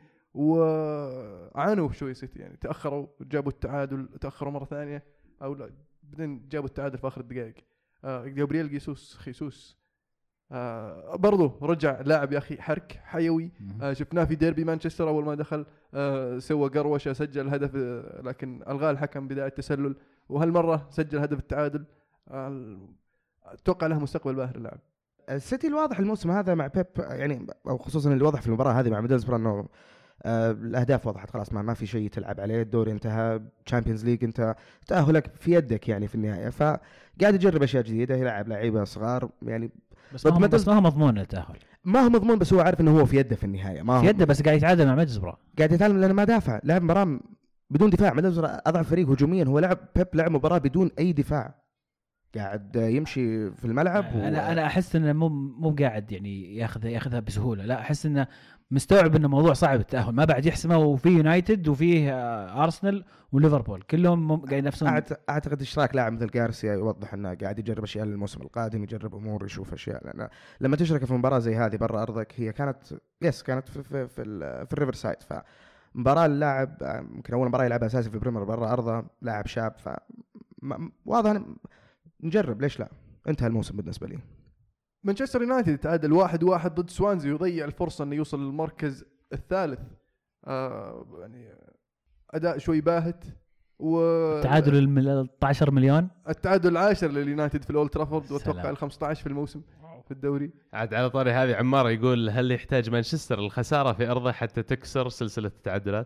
وعانوا شوي سيتي يعني، تاخروا جابوا التعادل، تاخروا مره ثانيه او لا بعدين جابوا التعادل في اخر الدقائق. آه جابرييل جيسوس خيسوس آه برضو رجع لاعب يا اخي حرك حيوي. آه شفناه في ديربي مانشستر اول ما دخل آه سوى قروشه، سجل هدف آه لكن الغاه الحكم بدايه التسلل، وهالمره سجل هدف التعادل. اتوقع آه له مستقبل باهر اللاعب. السيتي الواضح الموسم هذا مع بيب يعني، او خصوصا اللي واضح في المباراه هذه مع ميدلزبرا انه آه الاهداف وضحت خلاص، ما, ما في شيء تلعب عليه، الدوري انتهى، تشامبيونز ليج انت تاهلك في يدك يعني في النهايه، فقاعد يجرب اشياء جديده، يلعب لعيبه صغار يعني، بس ما هو بس ما هو مضمون التاهل، ما هو مضمون، بس هو عارف انه هو في يده في النهايه، ما هو في يده، بس قاعد يتعادل مع ميدلزبرا، قاعد يتعادل لانه ما دافع، لعب مباراه بدون دفاع. ميدلزبرا اضعف فريق هجوميا، هو لعب بيب لعب مباراه بدون اي دفاع، قاعد يمشي في الملعب. انا و... انا احس انه مو مو قاعد يعني ياخذ ياخذها بسهوله، لا احس انه مستوعب انه موضوع صعب التاهل، ما بعد يحسمه، وفي يونايتد وفيه ارسنال وليفربول كلهم قاعد ينافسون. اعتقد اشتراك لاعب مثل غارسيا يوضح انه قاعد يجرب اشياء للموسم القادم، يجرب امور، يشوف اشياء، لان لما تشارك في مباراه زي هذه برا ارضك، هي كانت يس كانت في في في, في الريفر سايد، فمباراه اللاعب يمكن اول مباراه يلعبها اساسي في بريمير برا ارضه، لاعب شاب، ف واضح نجرب ليش لا. انتهى الموسم بالنسبه لي. مانشستر يونايتد تعادل واحد واحد ضد سوانزي، ويضيع الفرصه انه يوصل للمركز الثالث. آه يعني اداء شوي باهت. والتعادل ال ثلاثة عشر مليون، التعادل العاشر لليونايتد في الاولد ترافورد، واتوقع ال خمسة عشر في الموسم في الدوري. عاد على طاري هذه عمار يقول هل يحتاج مانشستر الخساره في ارضه حتى تكسر سلسله التعادلات؟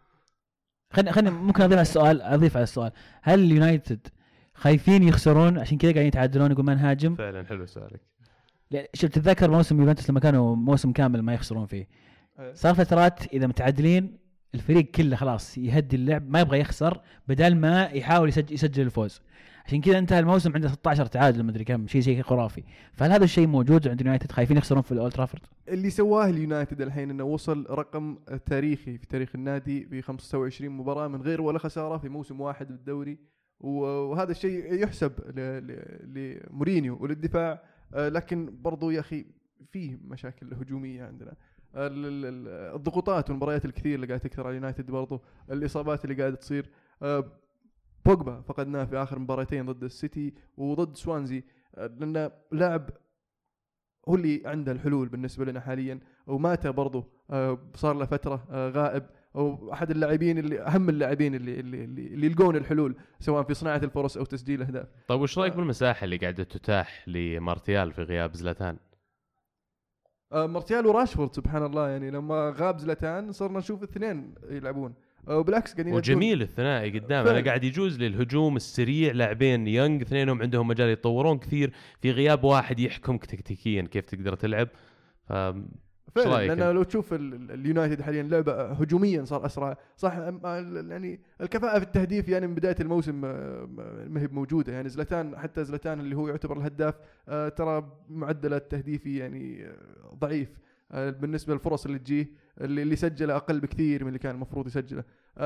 خلينا خلينا ممكن اضيف على السؤال اضيف على السؤال هل اليونايتد خايفين يخسرون عشان كذا قاعدين يتعادلون يقول ما نهاجم؟ فعلا حلو سؤالك. شوف تتذكر موسم يوفنتوس لما كانوا موسم كامل ما يخسرون فيه، صار فترات اذا متعادلين الفريق كله خلاص يهدي اللعب، ما يبغى يخسر بدل ما يحاول يسجل, يسجل الفوز. عشان كذا انتهى الموسم عنده ستة عشر تعادل ما ادري كم، شيء شيء خرافي. فهل هذا الشيء موجود عند اليونايتد؟ خايفين يخسرون في الاولد ترافورد؟ اللي سواه اليونايتد الحين انه وصل رقم تاريخي في تاريخ النادي ب خمسة وعشرين مباراه من غير ولا خساره في موسم واحد بالدوري، وهذا الشيء يحسب لمورينيو وللدفاع. لكن برضو يا أخي فيه مشاكل هجومية عندنا، الضغوطات والمباريات الكثير اللي قاعد تكثر على اليونايتد، برضو الإصابات اللي قاعدة تصير. بوجبا فقدناه في آخر مباراتين ضد السيتي وضد سوانزي، لأنه لاعب هو اللي عنده الحلول بالنسبة لنا حاليا، وماتا برضو صار له فترة غائب، أو أحد اللاعبين اللي أهم اللاعبين اللي اللي اللي يلقون الحلول سواء في صناعة الفرص أو تسجيل أهداف. طيب وش رأيك بالمساحة اللي قاعدة تتاح لمارتيال في غياب زلاتان؟ آه مارتيال وراشفورد سبحان الله، يعني لما غاب زلاتان صرنا نشوف الاثنين يلعبون، وبالعكس قاعدين وجميل الثنائي قدام. أنا قاعد يجوز للهجوم السريع لاعبين يونغ، اثنينهم عندهم مجال يتطورون كثير، في غياب واحد يحكمك تكتيكيا كيف تقدر تلعب. فعلا لأن لو تشوف اليونايتد حاليا لعبة هجوميا صار أسرع، صح يعني الكفاءة في التهديف يعني من بداية الموسم ما هي موجودة، يعني زلاتان حتى زلاتان اللي هو يعتبر الهداف ترى معدلات التهديفي يعني ضعيف بالنسبة للفرص اللي تجيه، اللي, اللي سجل أقل بكثير من اللي كان المفروض يسجله.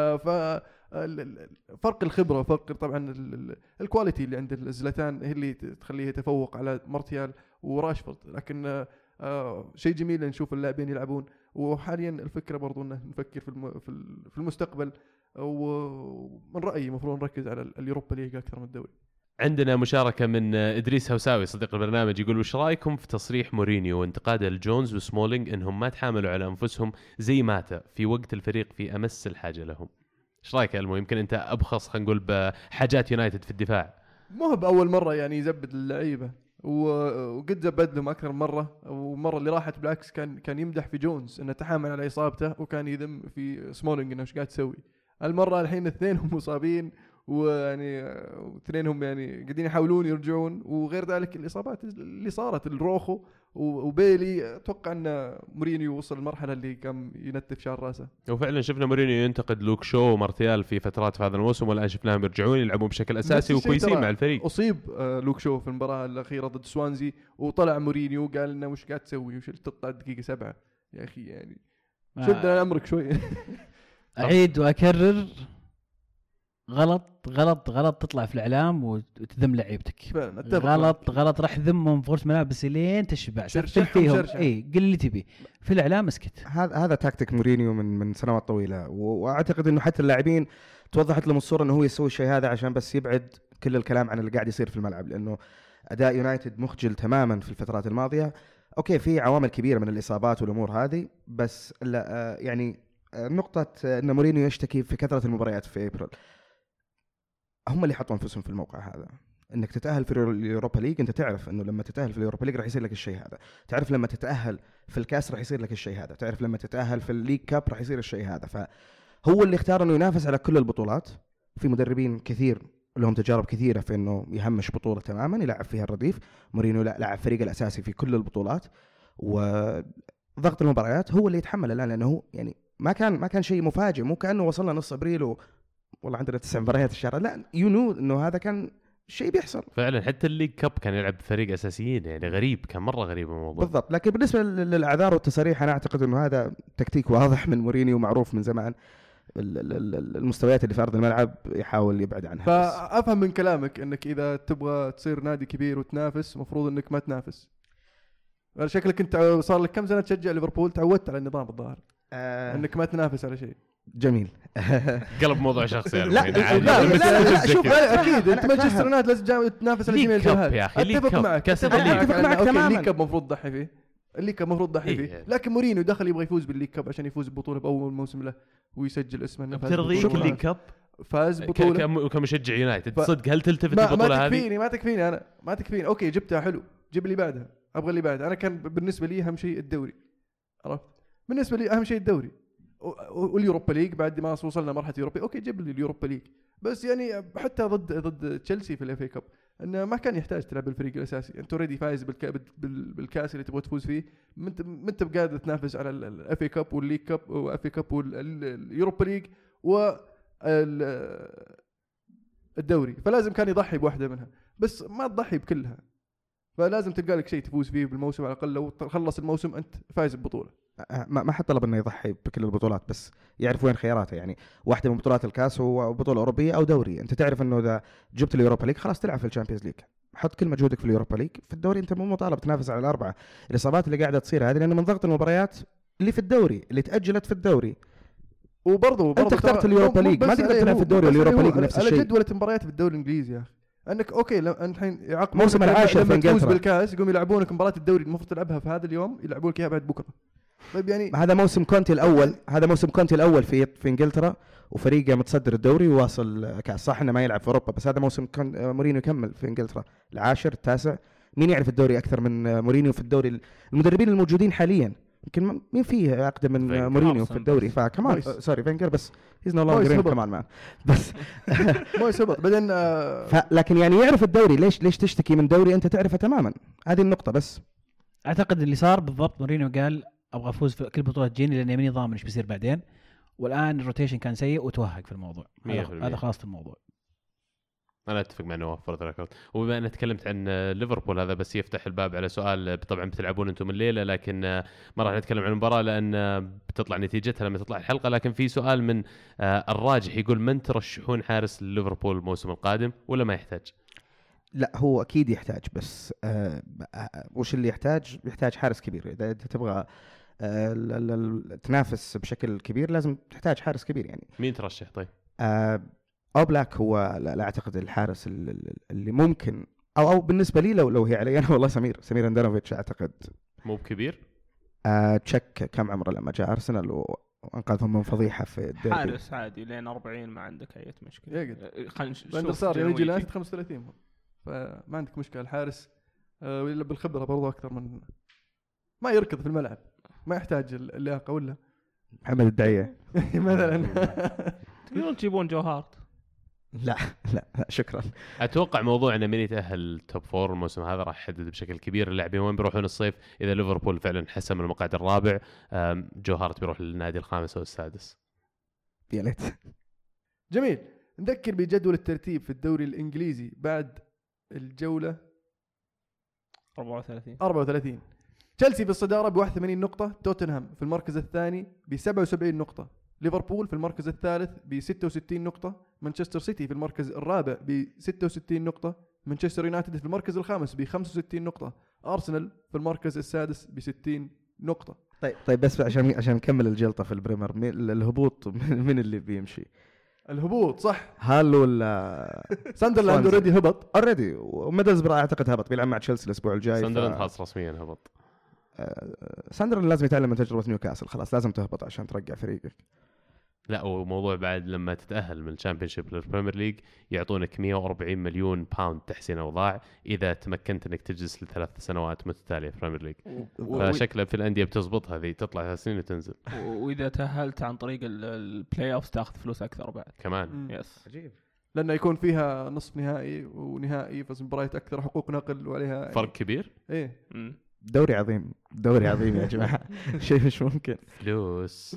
ففرق الخبرة وفرق طبعا الكواليتي اللي عند زلاتان هي اللي تخليه يتفوق على مارتيال وراشفورد. لكن آه شيء جميل نشوف اللاعبين يلعبون، وحاليا الفكرة برضو أنه نفكر في الم... في المستقبل، ومن رأيي المفروض نركز على اليوروبا ليج أكثر من الدوري. عندنا مشاركة من إدريس هوساوي صديق البرنامج، يقول وش رأيكم في تصريح مورينيو وانتقاده لجونز وسمولينج إنهم ما تحاملوا على أنفسهم زي ماتا في وقت الفريق في أمس الحاجة لهم؟ إيش رأيك ألمو؟ يمكن أنت أبخص خلينا نقول بحاجات يونايتد في الدفاع. مو بأول مرة يعني يزبد اللعيبة، وقد زبد لهم أكثر مرة، ومرة اللي راحت بالعكس كان كان يمدح في جونز إنه تحامل على إصابته، وكان يذم في سمولينج إنه إيش قاعد تسوي. المرة الحين اثنينهم مصابين، ويعني اثنينهم يعني قاعدين يحاولون يرجعون، وغير ذلك الإصابات اللي صارت الروخو وبيلي. أتوقع أن مورينيو وصل المرحلة اللي كان ينتف شعر راسه. وفعلا شفنا مورينيو ينتقد لوك شو ومارتيال في فترات في هذا الموسم، والآن شفناهم يرجعون يلعبون بشكل أساسي وكويسين مع الفريق. أصيب لوك شو في المباراة الأخيرة ضد سوانزي، وطلع مورينيو قال لنا وش قاعد تسوي وش تقطع دقيقة سبعة يا أخي، يعني شد عمرك شوي. أعيد وأكرر، غلط غلط غلط تطلع في الإعلام وتذم لعيبتك. غلط غلط راح ذمهم في غرفة ملابس لين تشبع شرشح فيهم. اي قل اللي تبي في الإعلام اسكت. هذا هذا تاكتيك مورينيو من من سنوات طويلة، واعتقد انه حتى اللاعبين توضحت لهم الصورة انه هو يسوي الشيء هذا عشان بس يبعد كل الكلام عن اللي قاعد يصير في الملعب، لانه اداء يونايتد مخجل تماما في الفترات الماضية. اوكي في عوامل كبيرة من الإصابات والامور هذه، بس لا يعني نقطة ان مورينيو يشتكي في كثرة المباريات في ابريل، هم اللي حطوا انفسهم في الموقع هذا. انك تتاهل في اليوروبا ليج، انت تعرف انه لما تتاهل في اليوروبا ليج راح يصير لك الشيء هذا، تعرف لما تتاهل في الكاس راح يصير لك الشيء هذا، تعرف لما تتاهل في الليج كاب راح يصير الشيء هذا. فهو اللي اختار انه ينافس على كل البطولات. في مدربين كثير لهم تجارب كثيره في انه يهمش بطوله تماما يلعب فيها الرديف. مورينيو لا لعب فريق الاساسي في كل البطولات، وضغط المباريات هو اللي يتحمل الان، لانه يعني ما كان ما كان شيء مفاجئ، مو كانه وصلنا نص ابريل و والله عندنا تسع مباريات الشهر، لا يو نو انه هذا كان شيء بيحصل فعلا. حتى الليج كاب كان يلعب فريق اساسيين، يعني غريب، كان مره غريب الموضوع بالضبط. لكن بالنسبه للاعذار والتصاريح انا اعتقد انه هذا تكتيك واضح من مورينيو معروف من زمان. المستويات اللي في ارض الملعب يحاول يبعد عنها. فافهم من كلامك انك اذا تبغى تصير نادي كبير وتنافس مفروض انك ما تنافس. شكلك انت صار لك كم سنه تشجع ليفربول، تعودت على النظام الظاهر آه انك ما تنافس على شيء. جميل. قلب موضوع شخصي. لا لا لا, لا شوف اكيد انت مانشستر يونايتد لازم تنافس على جميع الجهات. اتفق معك كاس اتفق معك تماما. الليج كاب المفروض تضحي فيه، الليج كاب المفروض تضحي فيه، لكن مورينيو دخل يبغى يفوز بالليج كاب عشان يفوز ببطوله باول موسم له ويسجل اسمه انه فاز بترضيك الليج كاب، فاز بطوله كمشجع يونايتد صدق. هل تلتفت البطوله هذه؟ ما تكفيني ما تكفيني انا ما تكفيني. اوكي جبتها حلو، جيب اللي بعدها، ابغى اللي بعدها. انا كان بالنسبه لي اهم شيء الدوري، عرفت؟ بالنسبه لي اهم شيء الدوري واليوروبا ليج. بعد ما وصلنا مرحله يوروبا اوكي جيب لي اليوروبا ليج. بس يعني حتى ضد ضد تشيلسي في الاف اي كاب انه ما كان يحتاج تلعب بالفريق الاساسي، انت اوريدي فايز بالكاس اللي تبغى تفوز فيه، ما انت بقادر تنافس على الاف اي كاب والليج كاب واف اي كاب واليوروبا ليج والدوري. فلازم كان يضحي بواحده منها، بس ما تضحي بكلها. فلازم تلقى لك شيء تفوز فيه بالموسم على الاقل. لو خلص الموسم انت فايز ببطوله، ما ما حد طلب انه يضحي بكل البطولات، بس يعرف وين خياراته. يعني واحده من بطولات الكاس هو بطوله اوروبيه او دوري. انت تعرف انه اذا جبت اليوروبا ليج خلاص تلعب في الشامبيونز ليج، حط كل مجهودك في اليوروبا ليج. في الدوري انت مو مطالب تنافس على الاربعه. الاصابات اللي قاعده تصير هذه لانه من ضغط المباريات اللي في الدوري اللي تاجلت في الدوري. وبرضه انت اخترت اليوروبا ليج، ما تقدر تلعب في الدوري واليوروبا ليج نفس الشيء. على جدولة مباريات في الدوري الانجليزي يا اخي انك اوكي لو انت الحين يعاقب موسم العاشر في انجلترا بالكاس يقوم يلعبونك مباراه الدوري المفروض تلعبها في هذا اليوم، يلعبونك اياها بعد بكره. طيب يعني هذا موسم كونتي الاول، هذا موسم كونتي الاول في في انجلترا وفريقه متصدر الدوري وواصل كاس. صح انه ما يلعب في اوروبا، بس هذا موسم مورينيو يكمل في انجلترا العاشر التاسع. مين يعرف الدوري اكثر من مورينيو في الدوري؟ المدربين الموجودين حاليا يمكن مين فيه اقدم من مورينيو في الدوري. فكمان سوري فينجر بس هيز نو لونجر كمان مان بس ما يسبق بعدين لكن يعني يعرف الدوري. ليش ليش تشتكي من دوري انت تعرفه تماما؟ هذه النقطه. بس اعتقد اللي صار بالضبط مورينيو قال ابغى افوز في كل بطوله تجيني لان يمني ضامن ايش بيصير بعدين، والان الروتيشن كان سيء وتوهق في الموضوع. هذا خلاص الموضوع. أنا أتفق مع نواف فرد ركض. وبما أن تكلمت عن ليفربول هذا بس يفتح الباب على سؤال. طبعا بتلعبون أنتم الليلة لكن ما راح نتكلم عن المباراة لأن بتطلع نتيجتها لما تطلع الحلقة. لكن في سؤال من الراجح يقول من ترشحون حارس ليفربول الموسم القادم ولا ما يحتاج؟ لا هو أكيد يحتاج، بس آه وش اللي يحتاج؟ يحتاج حارس كبير. إذا تبغى آه تنافس بشكل كبير لازم تحتاج حارس كبير. يعني مين ترشح طيب؟ آه أو بلاك هو لا, لا أعتقد الحارس اللي ممكن أو أو بالنسبة لي لو لو هي علي أنا والله سمير سمير أندانوفيتش أعتقد مو بكبير. آه تشك كم عمره لما جاء أرسنال وأنقذهم من فضيحة في الديربي. حارس عادي لين أربعين ما عندك أي مشكلة. خلينا نشوف صار يجي لين خمسة وثلاثين فما عندك مشكله. الحارس آه ولا بالخبره برضه اكثر من ما يركض في الملعب، ما يحتاج اللياقه ولا محمد الدعيه مثلا. تقدرون تجيبون جو هارت. لا لا لا شكرا. اتوقع موضوع ان من يتاهل توب فور الموسم هذا راح يحدد بشكل كبير اللاعبين وين بيروحون الصيف. اذا ليفربول فعلا حسم المقعد الرابع، جو هارت بيروح للنادي الخامس او السادس. يا ليت. جميل. نذكر بجدول الترتيب في الدوري الانجليزي بعد الجوله أربعة وثلاثين. أربعة وثلاثين. تشيلسي في الصداره ب واحد وثمانين نقطه، توتنهام في المركز الثاني ب سبعة وسبعين نقطه، ليفربول في المركز الثالث ب ستة وستين نقطة، مانشستر سيتي في المركز الرابع ب ستة وستين نقطة، مانشستر يونايتد في المركز الخامس ب خمسة وستين نقطة، أرسنال في المركز السادس ب ستين نقطة. طيب طيب بس عشان عشان نكمل الجلطة في البريمر، الهبوط من اللي بيمشي؟ الهبوط صح. هال ولا ساندرلاند اوريدي هبط اوريدي، وميدلزبرا اعتقد هبط، بيلعب مع تشيلسي الاسبوع الجاي. ساندرلاند خلاص رسميا هبط. ساندرلاند لازم يتعلم من تجربة نيوكاسل، خلاص لازم تهبط عشان ترجع فريقك. لا وموضوع بعد لما تتأهل من الشامبيونشيب للبريمير ليج يعطونك مئة وأربعين مليون باوند تحسين أوضاع إذا تمكنت أنك تجلس لثلاث سنوات متتالية في البريمير ليج. فشكله في الأندية بتزبط هذه، تطلع ثلاث سنين وتنزل. وإذا تأهلت عن طريق البلاي أوفs تأخذ فلوس أكثر بعد كمان. يس عجيب. لأنه يكون فيها نصف نهائي ونهائي، فز مباريات أكثر، حقوق نقل وعليها فرق كبير. إيه. دوري عظيم، دوري عظيم يا جماعة. شيء مش ممكن. فلوس.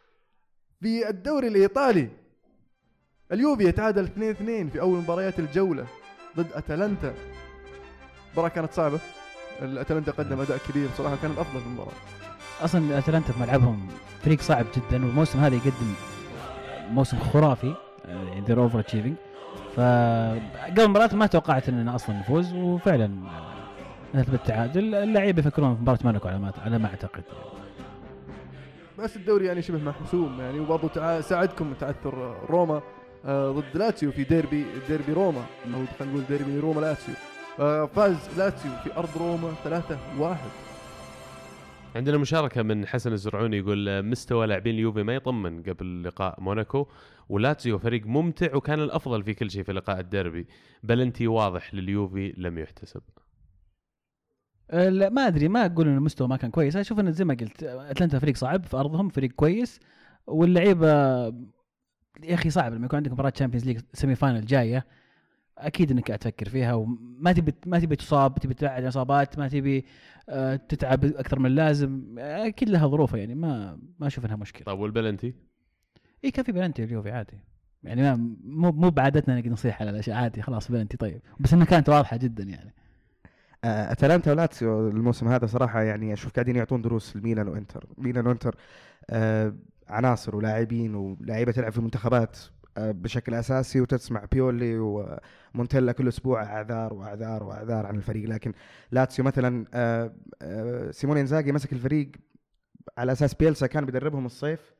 في الدوري الإيطالي اليوفي يتعادل اثنين اثنين في أول مباريات الجولة ضد أتلانتا. مباراة كانت صعبة، الأتلانتا قدم أداء كبير صراحة، كان الأفضل في المباراة. أصلا أتلانتا في ملعبهم فريق صعب جدا، والموسم هذا يقدم موسم خرافي، يعني they're overachieving. فقبل المباراة ما توقعت أننا أصلا نفوز، وفعلا نهت بالتعادل. اللعيبة يفكرون في مباراة موناكو على ما على ما أعتقد. بس الدوري يعني شبه محسوم يعني، وبرضه تع... ساعدكم تعثر روما آه ضد لاتسيو في ديربي ديربي روما، او خلينا نقول ديربي روما لاتسيو. آه فاز لاتسيو في ارض روما ثلاثة واحد. عندنا مشاركة من حسن الزرعوني يقول مستوى لاعبين اليوفي ما يطمن قبل لقاء موناكو، ولاتسيو فريق ممتع وكان الافضل في كل شيء في لقاء الديربي، بلنتي واضح لليوفي لم يحتسب. لا ما ادري، ما اقول ان المستوى ما كان كويس. اشوف ان زي ما قلت اتلانتا فريق صعب في ارضهم، فريق كويس، واللعيبه يا اخي صعب لما يكون عندك مباراه تشامبيونز ليج سيمي فاينل جايه، اكيد انك تفكر فيها، وما تبي ما تبي تصاب، تبي تبعد اصابات، ما تبي تتعب اكثر من اللازم، اكيد لها ظروفها يعني، ما ما اشوف انها مشكله. طيب والبلنتي؟ اي كان في بلنتي اليوفي عادي يعني، مو مو بعادتنا نقدر نصيح على الاشياء عادي، خلاص بلنتي طيب، بس انها كانت واضحه جدا يعني. أتلانتا ولاتسيو الموسم هذا صراحة يعني أشوف قاعدين يعطون دروس لميلان وإنتر. ميلان وإنتر آه عناصر ولاعبين ولاعيبة تلعب في المنتخبات آه بشكل أساسي، وتسمع بيولي ومونتيلا كل أسبوع أعذار وأعذار وأعذار عن الفريق. لكن لاتسيو مثلا آه آه سيمون إنزاغي مسك الفريق على أساس بيلسا كان بيدربهم الصيف،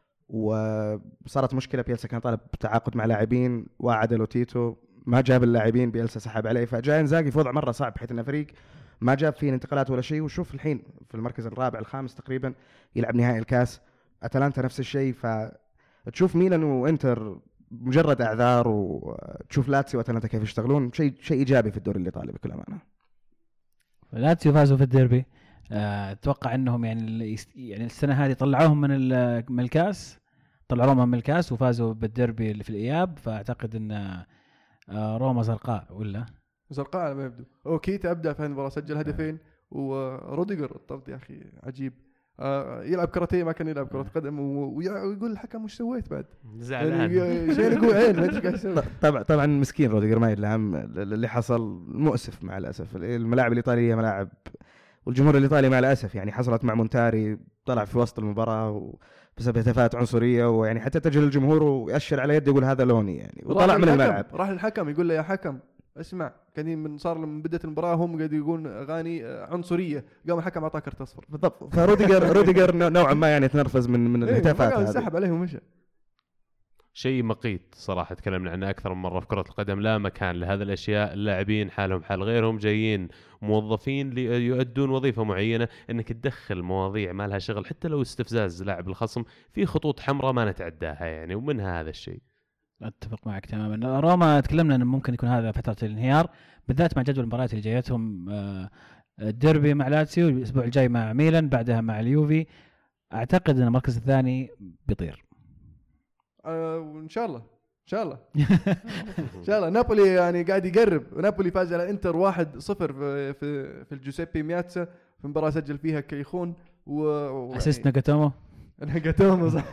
وصارت مشكلة، بيلسا كان طالب تعاقد مع لاعبين وعدلوا تيتو، ما جاب اللاعبين، بيلسا سحب عليه، فجاء إنزاغي في وضع مرة صعب بحيث إن فريق ما جاب فيه انتقالات ولا شيء. وشوف الحين في المركز الرابع الخامس تقريبا، يلعب نهائي الكاس. أتلانتا نفس الشيء. فتشوف ميلان وإنتر مجرد أعذار، وتشوف لاتسيو وأتلانتا كيف يشتغلون، شيء شيء إيجابي في الدوري الإيطالي بكل أمانة. لاتسيو فازوا في الديربي، أتوقع أنهم يعني يعني السنة هذه طلعوهم من من الكاس، طلعوهم من الكاس وفازوا بالديربي اللي في الإياب. فأعتقد أن روما زرقاء ولا زرقاء على ما يبدو. اوكيتا ابدا في المباراه، سجل هدفين، وروديجر الطرد يا اخي عجيب، آه يلعب كراتيه ما كان يلعب كره قدم، ويقول الحكم وش سويت بعد، زعلان شيء يقول عين ما ادري ايش يسوي. طبعا طبعا مسكين روديجر ما يلام اللي حصل، مؤسف مع الاسف. الملاعب الايطاليه ملاعب، والجمهور الايطالي مع الاسف يعني حصلت مع مونتاري، طلع في وسط المباراه بسبب هتافات عنصريه، ويعني حتى تجي الجمهور ويأشر على يده يقول هذا لوني يعني، وطلع من الملعب. راح للحكم يقول له يا حكم اسمع، كان من صار من بدايه المباراه هم قاعد يقولون اغاني عنصريه، قام الحكم اعطاه كرت اصفر. بالضبط. فروديجر روديجر نوعا ما يعني تنرفز من من الهتافات هذه، سحب عليهم ومشى. شيء مقيت صراحه، تكلمنا عنه اكثر من مره في كره القدم، لا مكان لهذا الاشياء. اللاعبين حالهم حال غيرهم، جايين موظفين ليؤدون وظيفه معينه، انك تدخل مواضيع ما لها شغل حتى لو استفزاز لاعب الخصم في خطوط حمراء ما نتعداها يعني، ومنها هذا الشيء. اتفق معك تماما. روما تكلمنا انه ممكن يكون هذا فتره الانهيار بالذات مع جدول المباريات اللي جايتهم، الديربي مع لاتسيو الاسبوع الجاي مع ميلان بعدها مع اليوفي. اعتقد ان المركز الثاني بيطير أه وان شاء الله ان شاء الله ان شاء الله. نابولي يعني قاعد يقرب. نابولي فاز على انتر واحد صفر في في, في الجوزيبي مياتسا في مباراه سجل فيها كيخون و اسيست ناغاتومو ناغاتومو صح.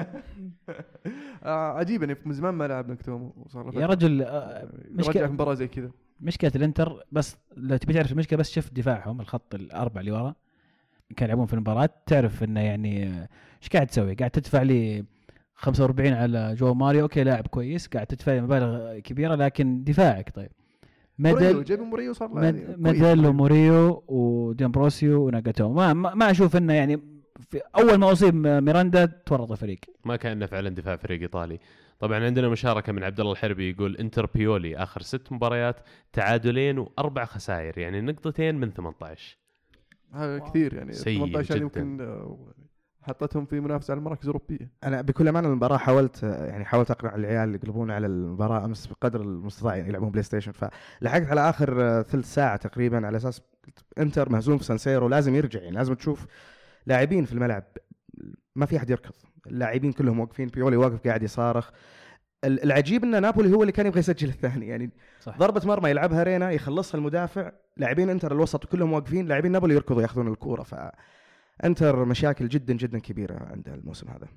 عجيب يعني من زمان ما لعب ناغاتومو وصار يا رجل. مشكله في مباراه زي كذا. مشكله الانتر بس لو تبي تعرف المشكله بس شوف دفاعهم الخط الاربع اللي ورا كانوا يلعبون في المباراه تعرف انه يعني ايش قاعد تسوي. قاعد تدفع لي خمسة وأربعين على جو ماريو اوكي لاعب كويس قاعد تدفع لي مبالغ كبيره لكن دفاعك طيب. ميدل جايب موريو صار له يعني ميدل وموريو وديمبروسيو وناغاتومو ما ما اشوف انه يعني في اول ما اصيب ميراندا تورط الفريق. ما كان فعلا دفاع فريق ايطالي. طبعا عندنا مشاركه من عبد الله الحربي يقول انتر بيولي اخر ست مباريات تعادلين واربع خسائر يعني نقطتين من ثمانية عشر. هذا كثير يعني ثمانية عشر يمكن حطتهم في منافسه على المراكز الاوروبيه. انا بكل امانه المباراه حاولت يعني حاولت اقنع العيال اللي يقلبون على المباراه امس بقدر المستطاع يعني يلعبون بلاي ستيشن فلحقت على اخر ثلث ساعه تقريبا على اساس انتر مهزوم في سانسيرو لازم يرجع يعني لازم تشوف لاعبين في الملعب ما في احد يركض. اللاعبين كلهم واقفين بيولي واقف قاعد يصارخ. العجيب ان نابولي هو اللي كان يبغى يسجل الثاني يعني صح. ضربه مرمى يلعبها رينا يخلصها المدافع لاعبين انتر الوسط كلهم واقفين لاعبين نابولي يركضوا ياخذون الكوره. فانتر مشاكل جدا جدا كبيره عندها الموسم هذا.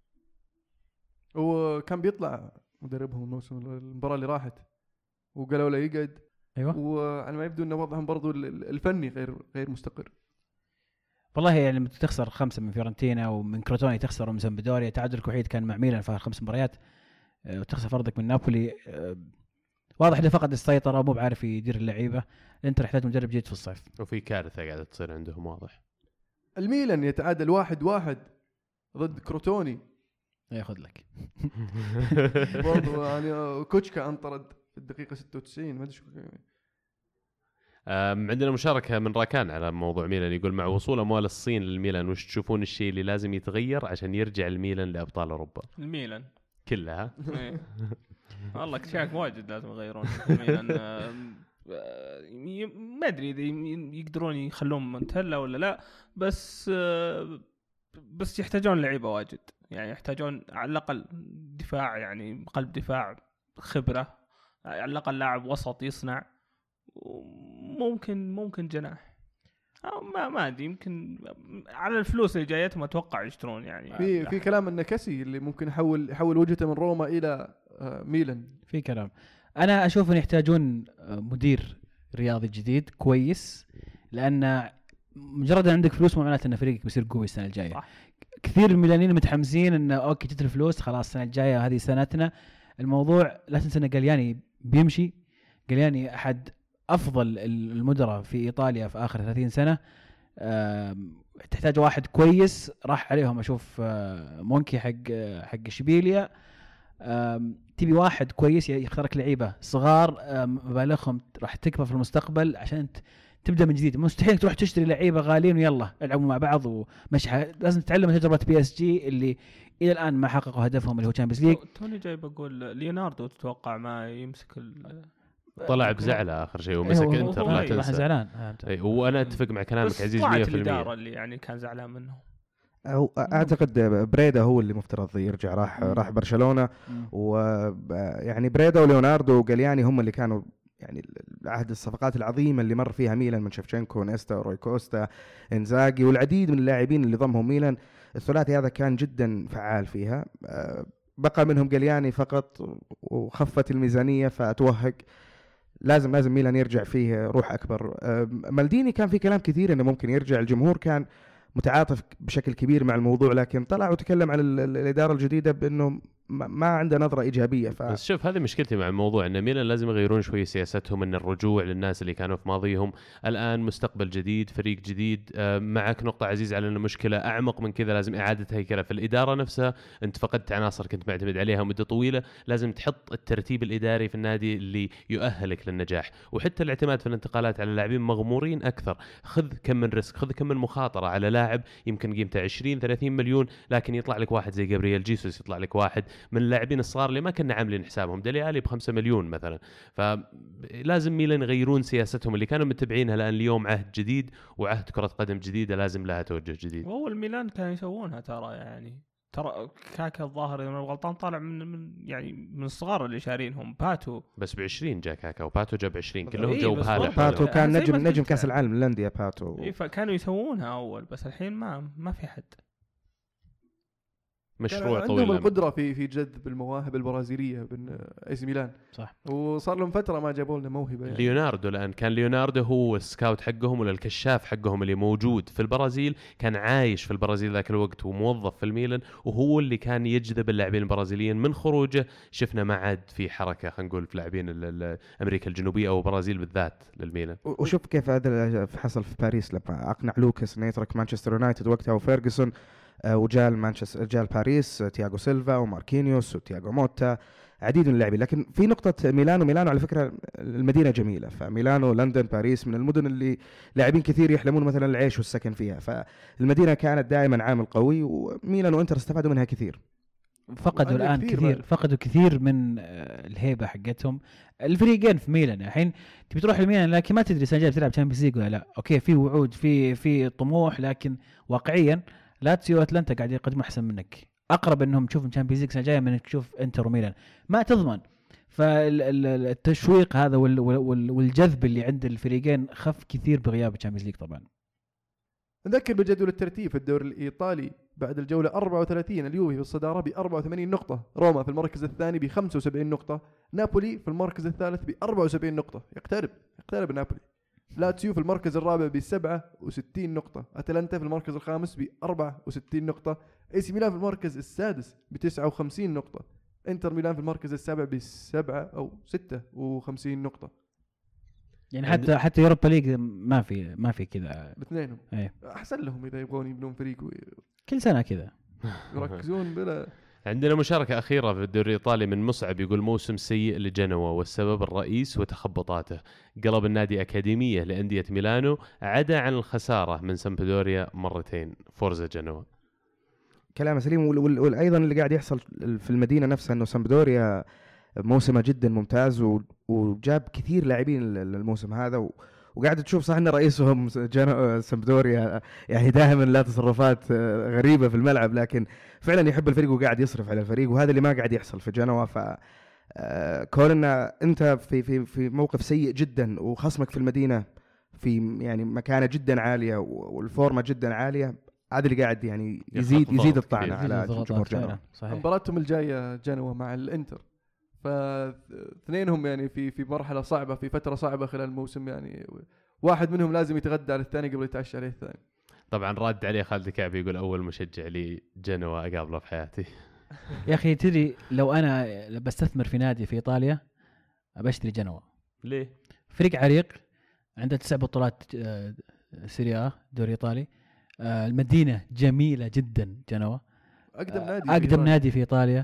وكان بيطلع مدربهم الموسم المباراه اللي راحت وقالوا له يقعد. ايوه وعلى ما يبدو ان وضعهم برضو الفني غير غير مستقر. والله يعني لما تخسر خمسة من فيورنتينا ومن كروتوني تخسر من سامبدوريا تعادلك وحيد كان مع ميلان في خمس مباريات وتخسر فرضك من نابولي واضح انه فقد السيطره مو بعارف يدير اللعيبه. الانتر يحتاج مدرب جديد في الصيف وفي كارثه قاعده تصير عندهم واضح. الميلان يتعادل واحد واحد ضد كروتوني ياخذ لك برضو يعني كوتشكا انطرد في الدقيقه ستة وتسعين ما ادري شو. عندنا مشاركة من راكان على موضوع ميلان يقول مع وصول أموال الصين للميلان وش تشوفون الشيء اللي لازم يتغير عشان يرجع الميلان لأبطال أوروبا؟ الميلان كلها والله شاك واجد لازم يغيرون الميلان. ما أدري إذا يقدرون يخلون منتهلا ولا لا بس بس يحتاجون لعيبة واجد يعني يحتاجون على الأقل دفاع يعني قلب دفاع خبرة على الأقل لاعب وسط يصنع ممكن ممكن جناح أو ما ما ادري يمكن على الفلوس اللي جايتهم اتوقع يشترون يعني. في في كلام ان كاسي اللي ممكن يحول يحول وجهته من روما الى ميلان. في كلام. انا اشوف ان يحتاجون مدير رياضي جديد كويس لان مجرد ان عندك فلوس مو معناته ان فريقك بيصير قوي السنه الجايه. صح. كثير الميلانيين متحمسين انه اوكي جت الفلوس خلاص السنه الجايه هذه سنتنا. الموضوع لا تنسى ان جالياني بيمشي. جالياني احد افضل المدراء في ايطاليا في اخر ثلاثين سنه. تحتاج واحد كويس راح عليهم اشوف مونكي حق حق اشبيليا. تبي واحد كويس يختارك لعيبه صغار مبالغهم راح تكبر في المستقبل عشان تبدا من جديد. مستحيل تروح تشتري لعيبه غاليين ويلا العبوا مع بعض ومش لازم تتعلم من تجربه بي اس جي اللي الى الان ما حققوا هدفهم اللي هو تشامبيونز ليج. توني جاي بقول ليوناردو تتوقع ما يمسك طلع بزعله اخر شيء ومسك انتر لا تنسى زعلان. اي وانا اتفق مع كلامك عزيز مية بالمية. الاداره اللي يعني كان زعلان منه أو اعتقد بريدا هو اللي مفترض يرجع راح مم. راح برشلونه ويعني بريدا وليوناردو وجالياني هم اللي كانوا يعني عهد الصفقات العظيمه اللي مر فيها ميلان من شيفتشينكو نيستا روي كوستا انزاغي والعديد من اللاعبين اللي ضمهم ميلان. الثلاثي هذا كان جدا فعال فيها. بقى منهم جالياني فقط وخفت الميزانيه فاتوهق. لازم لازم ميلان يرجع فيه روح اكبر. مالديني كان في كلام كثير انه ممكن يرجع. الجمهور كان متعاطف بشكل كبير مع الموضوع لكن طلع وتكلم عن الاداره الجديده بانه ما عنده نظره ايجابيه. ف... بس شوف هذه مشكلتي مع الموضوع ان ميلان لازم يغيرون شوي سياستهم ان الرجوع للناس اللي كانوا في ماضيهم. الان مستقبل جديد فريق جديد. معك نقطه عزيز على انه مشكله اعمق من كذا لازم اعاده هيكله في الاداره نفسها. انت فقدت عناصر كنت معتمد عليها مده طويله. لازم تحط الترتيب الاداري في النادي اللي يؤهلك للنجاح. وحتى الاعتماد في الانتقالات على لاعبين مغمورين اكثر. خذ كم من ريسك خذ كم من مخاطره على لاعب يمكن قيمته عشرين ثلاثين مليون لكن يطلع لك واحد زي جابرييل جيسوس يطلع لك واحد من اللاعبين الصغار اللي ما كنا عاملين حسابهم. ديلي ألي بخمسة مليون مثلا. فلازم ميلان يغيرون سياستهم اللي كانوا متبعينها، لأن اليوم عهد جديد وعهد كرة قدم جديدة لازم لها توجه جديد. وهو الميلان كانوا يسوونها ترى، يعني ترى كاكا الظاهر اذا غلطان طالع من من يعني من الصغار اللي شارينهم. باتو بس بعشرين جا كاكا، وباتو جاب عشرين كلهم إيه جو بس بهاله. برضه باتو حلو. كان زي نجم ما نجم قلت كاس يعني. العالم للانديه باتو. إيه فكانوا يسوونها اول، بس الحين ما ما في حد. مشروع عندهم طويل الأمد. القدرة في في جذب المواهب البرازيلية بين اي سي ميلان، صح. وصار لهم فترة ما جابوا لنا موهبة يعني. ليوناردو، لأن كان ليوناردو هو السكاوت حقهم ولا الكشاف حقهم اللي موجود في البرازيل، كان عايش في البرازيل ذاك الوقت وموظف في الميلان، وهو اللي كان يجذب اللاعبين البرازيليين. من خروجه شفنا ما عاد في حركة خلينا نقول في لاعبين ال- ال- أمريكا الجنوبية أو البرازيل بالذات للميلان. وشوف كيف هذا حصل في باريس لما اقنع لوكاس انه يترك مانشستر يونايتد وقتها وفيرغسون، آه، وجاء مانشستر جاء باريس آه، تياغو سيلفا وماركينيوس وتياغو موتا، عديد من اللاعبين. لكن في نقطة ميلانو، ميلانو على فكرة المدينة جميلة، فميلانو لندن باريس من المدن اللي لاعبين كثير يحلمون مثلا العيش والسكن فيها، فالمدينة كانت دائما عامل قوي، وميلان وانتر استفادوا منها كثير. فقدوا وعندك الان كثير كثير, بعد. فقدوا كثير من آه، الهيبه حقتهم. الفريقين في ميلان الحين تبي تروح لميلان لكن ما تدري السنه الجايه بتلعب تشامبيونز ليج ولا لا. اوكي في وعود، في في طموح، لكن واقعيا لاتسيو واتلانتا قاعد يقدموا احسن منك. اقرب انهم تشوفهم تشامبيونز ليج السنه الجايه من انك تشوف انتر وميلان، ما تضمن. فالتشويق هذا وال- وال- والجذب اللي عند الفريقين خف كثير بغياب الشامبيونز ليج طبعا. نذكر بجدول الترتيب في الدوري الإيطالي بعد الجولة أربعة وثلاثين اليوفي في الصدارة ب أربعة وثمانين نقطة، روما في المركز الثاني ب خمسة وسبعين نقطة، نابولي في المركز الثالث ب أربعة وسبعين نقطة، يقترب يقترب نابولي. لاتسيو في المركز الرابع ب سبعة وستين نقطة، أتلانتا في المركز الخامس ب أربعة وستين نقطة، اي سي ميلان في المركز السادس ب تسعة وخمسين نقطة، انتر ميلان في المركز السابع ب سبعة أو ستة وخمسين نقطة. يعني حتى حتى يوروبا ليج ما في ما في كذا. الاثنين ايه أحسن لهم إذا يبغون يبنون فريق كل سنه كذا. ويركزون بلا. عندنا مشاركة أخيرة في الدوري الإيطالي من مصعب، يقول موسم سيء لجنوا والسبب الرئيس وتخبطاته. قلب النادي أكاديمية لأندية ميلانو، عدا عن الخسارة من سامبدوريا مرتين. فورزا جنوا. كلام سليم. وال- وال- وايضا اللي قاعد يحصل في المدينه نفسها انه سامبدوريا موسمه جدا ممتاز، و- وجاب كثير لاعبين ال- الموسم هذا، و- وقاعد تشوف صح ان رئيسهم جانا سامبدوريا يعني دائما لا تصرفات آه، غريبه في الملعب، لكن فعلا يحب الفريق وقاعد يصرف على الفريق، وهذا اللي ما قاعد يحصل في جنوا. ف آه، كون ان انت في في في موقف سيء جدا وخصمك في المدينه في يعني مكانه جدا عاليه و- والفورمه جدا عاليه، هذا اللي قاعد يعني يزيد يخفض يزيد ضغط الطعنه كبير. على الضغوطات جمهور جنوا. فعلاً، صحيح. مباراتهم الجاية جنوا مع الانتر، فاثنينهم يعني في في مرحلة صعبة، في فترة صعبة خلال الموسم، يعني واحد منهم لازم يتغدى على الثاني قبل يتعشى عليه الثاني. طبعا رد عليه خالد كعبي يقول أول مشجع لي جنوا أقابله في حياتي. يا اخي تدري لو انا بستثمر في نادي في ايطاليا بشتري جنوا. ليه؟ فريق عريق عنده تسع بطولات آه، سيريا دوري ايطالي. آه، المدينه جميله جدا جنوا، اقدم نادي في اقدم إيطاليا. نادي في ايطاليا.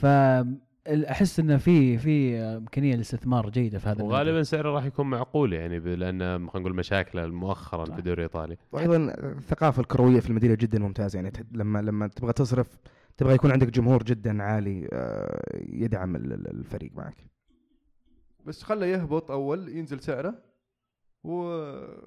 فاحس انه في في امكانيه للاستثمار جيده في هذا النادي. وغالبا سعره راح يكون معقول يعني ب- لأن خلينا نقول مشاكله مؤخرا صح. في الدوري الإيطالي. وايضا الثقافه الكرويه في المدينه جدا ممتازه، يعني تح- لما لما تبغى تصرف تبغى يكون عندك جمهور جدا عالي آه، يدعم ال- ال- الفريق معك. بس خله يهبط اول ينزل سعره و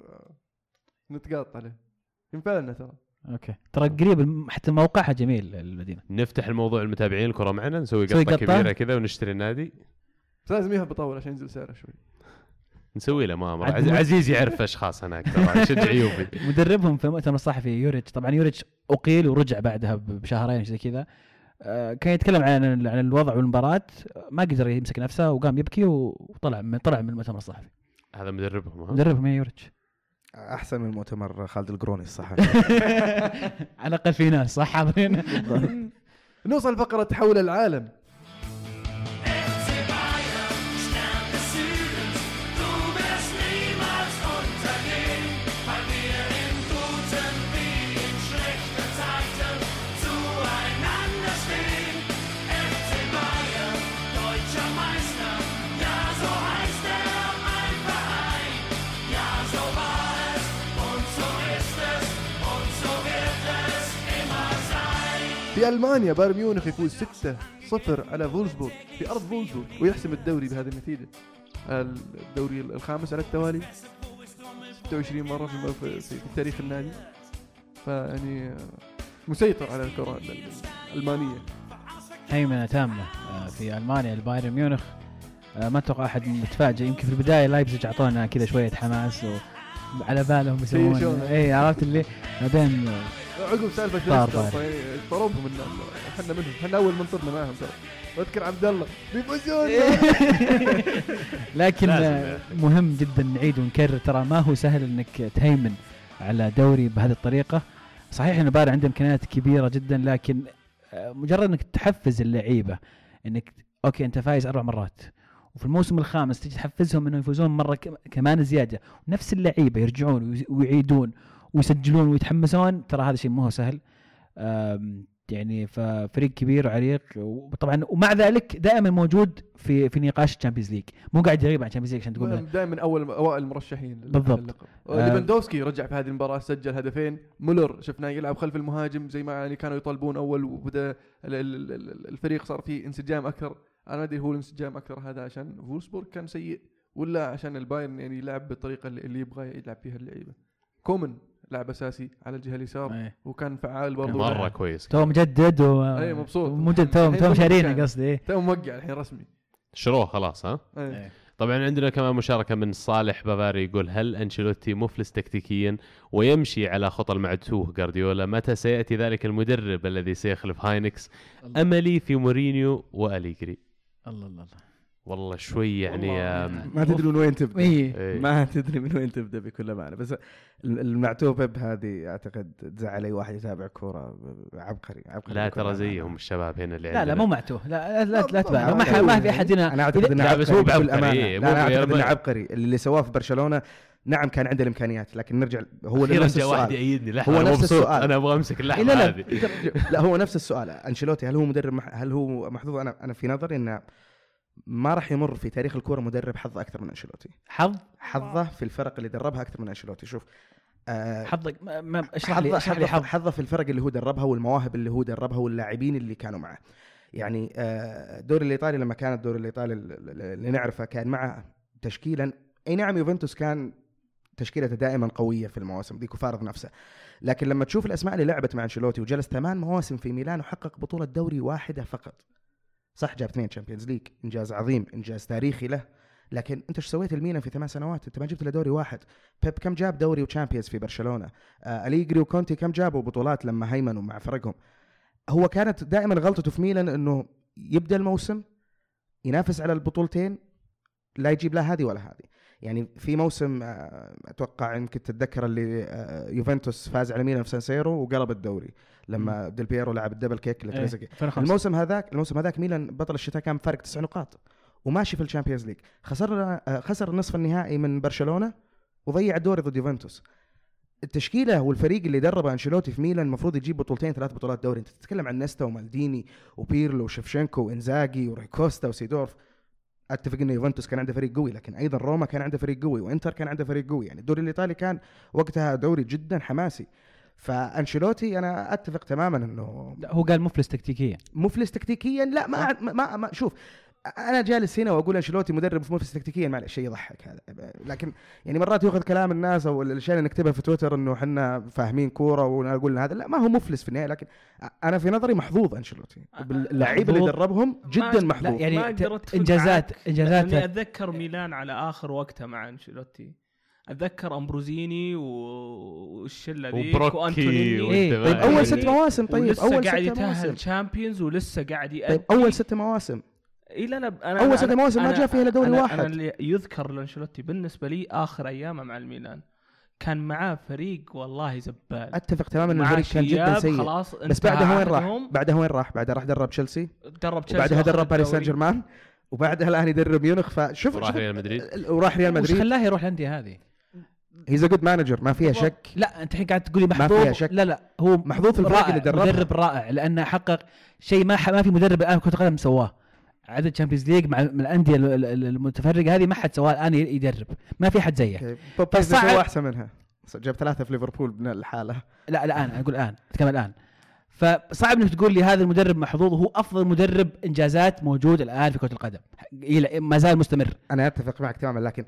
نتقاط عليه، ينفع لنا ترى. اوكي ترى قريب الم- حتى موقعها جميل المدينه. نفتح الموضوع المتابعين الكرة معنا، نسوي نسوي قطة قطة؟ كبيرة كذا ونشتري النادي. بس لازم يهبط اول عشان ينزل سعره شوي. نسوي له مؤامرة. عاد عز- مو- عزيز يعرف اشخاص هناك ترى يشجع يوفي. مدربهم في المؤتمر الصحفي يوريتش، طبعا يوريتش اقيل ورجع بعدها ب- بشهرين زي كذا. آه، كان يتكلم عن عن الوضع والمباراه، ما قدر يمسك نفسه وقام يبكي وطلع من طلع من المؤتمر الصحفي. هذا مدربهم ها؟ مدربهم يا يوريتش. احسن من مؤتمر خالد القروني الصح. على الاقل في ناس صح حاضرين. نوصل فقرة حول العالم. في ألمانيا بايرن ميونخ يفوز ستة صفر على فولسبورغ في أرض فولسبورغ ويحسم الدوري بهذه النتيجة. الدوري الخامس على التوالي ستة وعشرين مرة في, في, في تاريخ النادي. فيعني مسيطر على الكرة الألمانية. هيمنة تامة في ألمانيا البايرن ميونخ. ما أتوقع أحد متفاجئ. يمكن في البداية لايبزيج أعطونا كذا شوية حماس وعلى بالهم يسوون إيه عرفت اللي بعدين عقب سالفة طربهم من احنا منهم احنا أول من طرنا معهم ترى. أذكر عبد الله بيفوزون. لكن مهم جدا نعيد ونكرر ترى ما هو سهل إنك تهيمن على دوري بهذه الطريقة. صحيح إنه بايرن عنده إمكانيات كبيرة جدا لكن مجرد إنك تحفز اللعيبة إنك أوكي أنت فايز أربع مرات وفي الموسم الخامس تيجي تحفزهم إنه يفوزون مرة كمان زيادة ونفس اللعيبة يرجعون ويعيدون ويسجلون ويتحمسون. ترى هذا شيء ما هو سهل يعني. ففريق كبير وعريق وطبعا ومع ذلك دائما موجود في في نقاش الشامبيونز ليج. مو قاعد يغيب عن الشامبيونز ليج عشان تقول دائما اول اوائل المرشحين بالضبط. ليفاندوفسكي رجع في هذه المباراه سجل هدفين. مولر شفناه يلعب خلف المهاجم زي ما يعني كانوا يطالبون اول وبدا الفريق صار فيه انسجام اكثر. انا ما ادري هو الانسجام اكثر هذا عشان فولسبورغ كان سيء ولا عشان البايرن يعني يلعب بالطريقه اللي يبغى يلعب فيها اللعيبه. كومن لاعب اساسي على الجهه اليسار أيه. وكان فعال برضه مره كويس. تو مجدد و اي مبسوط مجدد تو تو شارين قصدي تو موقع الحين رسمي شروه خلاص ها. أيه. طبعا عندنا كمان مشاركه من صالح بافاري يقول هل أنشيلوتي مفلس تكتيكيا ويمشي على خطى المعتوه غارديولا؟ متى سياتي ذلك المدرب الذي سيخلف هاينكس؟ املي في مورينيو واليجري. الله الله الله والله شوي يعني ما تدري من وين تبدا. إيه. ما تدري من وين تبدا بكل معنى. بس المعتوه بيب هذه اعتقد تزعل اي واحد يتابع كوره. عبقري عبقري. لا ترى زيهم الشباب هنا اللي لا عندنا. لا مو معتوه. لا لا لا تبالغ. ما ما في احد هنا. انا اعتقد انه عبقري بكل امانه. مو انه عبقري اللي سواه في برشلونه. نعم كان عنده الامكانيات لكن نرجع هو نفس السؤال. واحد يأيدني هو نفس السؤال. انا ابغى امسك اللحظه لا هذه. لا هو نفس السؤال. أنشيلوتي هل هو مدرب هل هو محظوظ؟ انا انا في نظري انه ما راح يمر في تاريخ الكوره مدرب حظ اكثر من أنشيلوتي. حظ حظه في الفرق اللي دربها اكثر من أنشيلوتي. شوف آه حظك ما اشرح لي اشرح لي حظه حظه في الفرق اللي هو دربها والمواهب اللي هو دربها واللاعبين اللي كانوا معه. يعني آه الدوري الايطالي لما كان الدوري الايطالي اللي نعرفه كان معه تشكيلا. اي نعم يوفنتوس كان تشكيلته دائما قويه في المواسم ذيك وفارض نفسه. لكن لما تشوف الاسماء اللي لعبت مع أنشيلوتي وجلس ثمان مواسم في ميلان وحقق بطوله دوري واحده فقط. صح جاب اثنين تشامبيونز ليج انجاز عظيم انجاز تاريخي له. لكن انت ايش سويت الميلان في ثمان سنوات؟ انت ما جبت له دوري واحد. بيب كم جاب دوري وتشامبيونز في برشلونه؟ آه أليجري وكونتي كم جابوا بطولات لما هيمنوا مع فرقهم؟ هو كانت دائما غلطته في ميلان انه يبدا الموسم ينافس على البطولتين لا يجيب لا هذه ولا هذه. يعني في موسم آه اتوقع يمكن تتذكر اللي آه يوفنتوس فاز على ميلان في سان سيرو وقلب الدوري لما ديل بيرو لعب الدبل كيك لتريزيجيه. الموسم هذاك الموسم هذاك ميلان بطل الشتاء كان فرق تسع نقاط وماشي في الشامبيونز ليج. خسر خسر النصف النهائي من برشلونه وضيع الدوري ضد يوفنتوس. التشكيله والفريق اللي دربه أنشيلوتي في ميلان المفروض يجيب بطولتين ثلاث بطولات دوري. انت تتكلم عن نيستا ومالديني وبيرلو وشفشنكو وإنزاغي وريكوستا وسيدورف. اتفق ان يوفنتوس كان عنده فريق قوي لكن ايضا روما كان عنده فريق قوي وانتر كان عنده فريق قوي. يعني الدوري الايطالي كان وقتها دوري جدا حماسي. فأنشيلوتي انا اتفق تماما انه هو قال مفلس تكتيكيا. مفلس تكتيكيا لا ما ما, ما شوف انا جالس هنا واقول أنشيلوتي مدرب مفلس تكتيكيا معلش شيء يضحك هذا. لكن يعني مرات ياخذ كلام الناس او الاشياء اللي نكتبها في تويتر انه احنا فاهمين كوره ونقول هذا. لا ما هو مفلس في النهايه. لكن انا في نظري محظوظ أنشيلوتي باللاعبين اللي دربهم جدا محظوظ. يعني انجازات انجازات يعني اتذكر ميلان على اخر وقتها مع أنشيلوتي. اتذكر امبروزيني والشله ذيك وانتونيني. إيه. طيب اول ست مواسم. طيب اول قاعد يتاهل تشامبيونز ولسه قاعد يأدي. طيب اول ست مواسم. اي لا لا انا اول ست مواسم ما جاء فيها الا دوري واحد. انا اللي يذكر لأنشيلوتي بالنسبه لي اخر ايامه مع الميلان كان معاه فريق والله زبال. اتفق تماما ان الفريق كان جدا سيء. بس بعدها وين راح؟ بعدها وين راح؟ بعدها راح درب تشيلسي. درب تشيلسي وبعدها درب باريس سان جيرمان وبعدها الان يدرب ميونخ. فشوف وراح ريال مدريد وراح ريال مدريد. وش خلاه يروح الانديه هذه؟ هيز ا جود مانجر ما فيها شك. لا انت الحين قاعد تقولي محظوظ. لا لا هو محظوظ في الفريق اللي دربه. مدرب رائع لانه حقق شيء ما ما في مدرب الان كرة قدم سواه. عدد تشامبيونز ليج مع الانديه المتفرقه هذه ما حد سواه الان يدرب. ما في حد زيه. بس سوى احسن منها. جاب ثلاثه في ليفربول من الحاله. لا الان اقول الان اتكلم الان. فصعب انك تقول لي هذا المدرب محظوظ. هو افضل مدرب انجازات موجود الان في كرة القدم، ما زال مستمر. انا اتفق معك تماما، لكن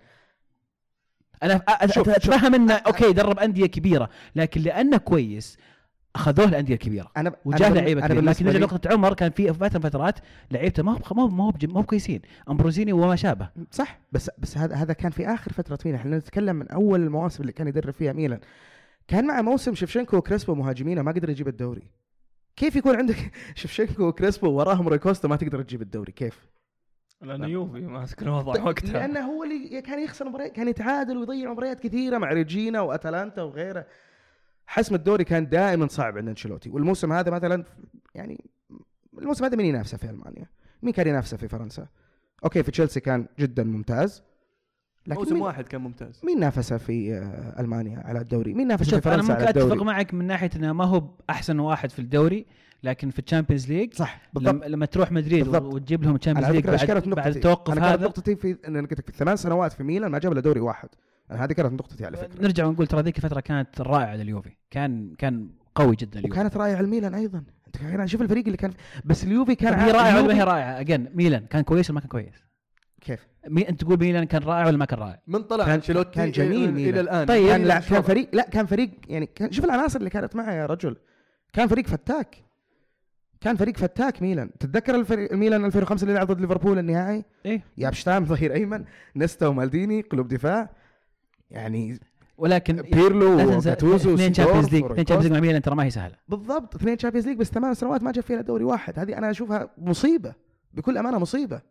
انا اتفهم انه اوكي درب انديه كبيره، لكن لانه كويس اخذوه الانديه الكبيره انا وجاه لعيبه كبيره. لكن نرجع نقطه عمر، كان في فتره فترات لعيبته ما هو ما هو ما هو كويسين، امبروزيني وما شابه. صح، بس بس هذا هذا كان في اخر فتره ميلان. احنا نتكلم من اول المواسم اللي كان يدرب فيها ميلان، كان مع موسم شيفشينكو وكريسبو مهاجمين ما قدر يجيب الدوري. كيف يكون عندك شيفشينكو وكريسبو وراهم رويكوستا ما تقدر تجيب الدوري؟ كيف؟ لأنه يوفي ماسك الوضع وقتها، لأنه هو اللي كان يخسر مباريات، كان يتعادل ويضيع مباريات كثيرة مع ريجينا وأتلانتا وغيره. حسم الدوري كان دائما صعب عند أنشيلوتي. والموسم هذا مثلا يعني الموسم هذا مين ينافسه في ألمانيا؟ مين كان ينافسه في فرنسا؟ أوكي في تشيلسي كان جدا ممتاز، لكن موسم واحد كان ممتاز. مين نافسه في ألمانيا على الدوري؟ مين نافسه في فرنسا أنا على الدوري؟ أنا ممكن أتفق معك من ناحية أنه ما هو أحسن واحد في الدوري، لكن في الشامبيونز ليج صح بالضبط. لما تروح مدريد بالضبط. وتجيب لهم الشامبيونز ليج بعد, بعد التوقف أنا هذا. كانت نقطتي في أن قلت في ثمان سنوات في ميلان ما جاب له دوري واحد. أنا هذه كانت نقطتي على فكرة. نرجع ونقول ترى ذيك الفترة كانت رائعة لليوفي، كان كان قوي جدا اليوفي، وكانت رائعة الميلان أيضا. أنت شوف الفريق اللي كان، بس اليوفي كان هي رائعة ولا هي رائعة؟ أجن ميلان كان كويس ولا ما كان كويس؟ كيف؟ مي أنت تقول ميلان كان رائع ولا ما كان رائع؟ من طلع أنشيلوتي كان جميل ميلان إلى الآن. طيب كان, لا كان فريق لا كان فريق يعني كان شوف العناصر اللي كانت معه يا رجل، كان فريق فتاك، كان فريق فتاك ميلان. تتذكر الفريق الميلان ألفين وخمسة اللي لعب ضد ليفربول النهائي؟ إيه يابشتام ظهير أيمن، نيستا ومالديني قلوب دفاع يعني، ولكن بيرلو وكاتوزو اثنين تشامبيونز ليج اثنين تشامبيونز ليج مع ميلان ترى ما هي سهله. بالضبط اثنين تشامبيونز ليج بس ثمان سنوات ما جاب فيها دوري واحد. هذه انا اشوفها مصيبه بكل امانه، مصيبه.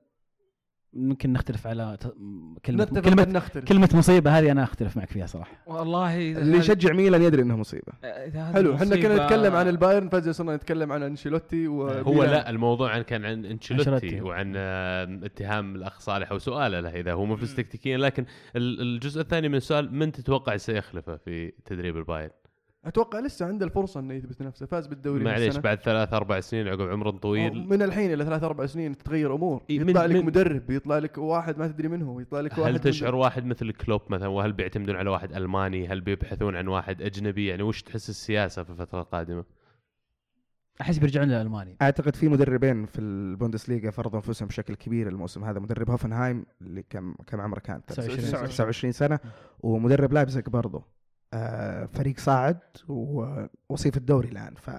ممكن نختلف على ت... كلمه كلمه نختلف. كلمه مصيبه هذه انا اختلف معك فيها صراحه. والله اللي يشجع ميلان يدري انها مصيبه. حلو احنا كنا نتكلم عن البايرن فجاه صرنا نتكلم عن انشيلوتي. هو لا الموضوع كان عن انشيلوتي وعن اتهام الاخ صالح وسؤاله له اذا هو مفلس تكتيكيا. لكن الجزء الثاني من السؤال، من تتوقع سيخلفه في تدريب البايرن؟ اتوقع لسه عنده الفرصه انه يثبت نفسه. فاز بالدوري معليش بعد ثلاث اربع سنين عقب عمر طويل، من الحين الى ثلاث اربع سنين تتغير امور. يطلع لك مدرب، يطلع لك واحد ما تدري منه، يطلع لك واحد. هل تشعر واحد مثل كلوب مثلا، وهل بيعتمدون على واحد الماني؟ هل بيبحثون عن واحد اجنبي؟ يعني وش تحس السياسه في الفتره القادمه؟ احس بيرجعون للالماني. اعتقد في مدربين في البوندسليغا فرضوا انفسهم بشكل كبير الموسم هذا. مدرب هوفنهايم اللي كم كم عمره كان تسعة وعشرين سنه، ومدرب لايبزيغ برضه. آه فريق صاعد ووصيف الدوري الآن، ف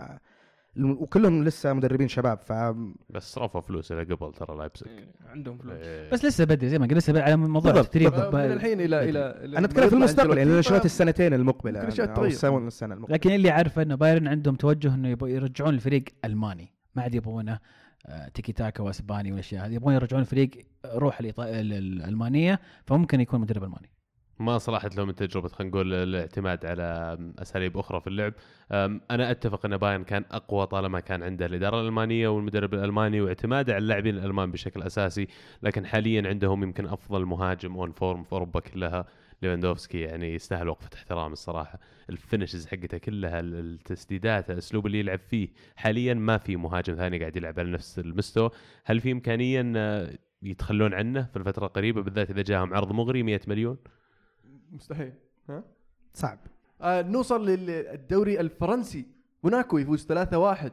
وكلهم لسه مدربين شباب. ف بس صرفوا فلوس إلى قبل ترى لايبزيغ عندهم فلوس إيه. بس لسه بدري زي ما قلت لسه على موضوع التدريب من الحين إلى إلى أنا أتكلم في المستقبل يعني نشوات السنتين المقبلة أو السنة السنة المقبلة. لكن اللي عارفه إنه بايرن عندهم توجه إنه يبغوا يرجعون الفريق ألماني، ما عاد يبغونه تيكي تاكا واسباني والاشياء هذه، يبغون يرجعون الفريق روح الألمانية، فممكن يكون مدرب ألماني. ما صلحت لهم التجربة خلينا نقول الاعتماد على أساليب أخرى في اللعب. أنا أتفق أن بايرن كان أقوى طالما كان عنده الإدارة الألمانية والمدرب الألماني واعتماده على اللاعبين الألمان بشكل أساسي. لكن حاليا عندهم يمكن أفضل مهاجم أون فورم في أوروبا كلها، ليفاندوفسكي، يعني يستاهل وقفة احترام الصراحة. الفينشز حقته كلها، التسديدات، الأسلوب اللي يلعب فيه، حاليا ما في مهاجم ثاني قاعد يلعب على نفس المستوى. هل في إمكانية يتخلون عنه في الفترة القريبة، بالذات إذا جاهم عرض مغري مئة مليون؟ مستحيل. ها صعب. آه نوصل للدوري الفرنسي. موناكو يفوز ثلاثة واحد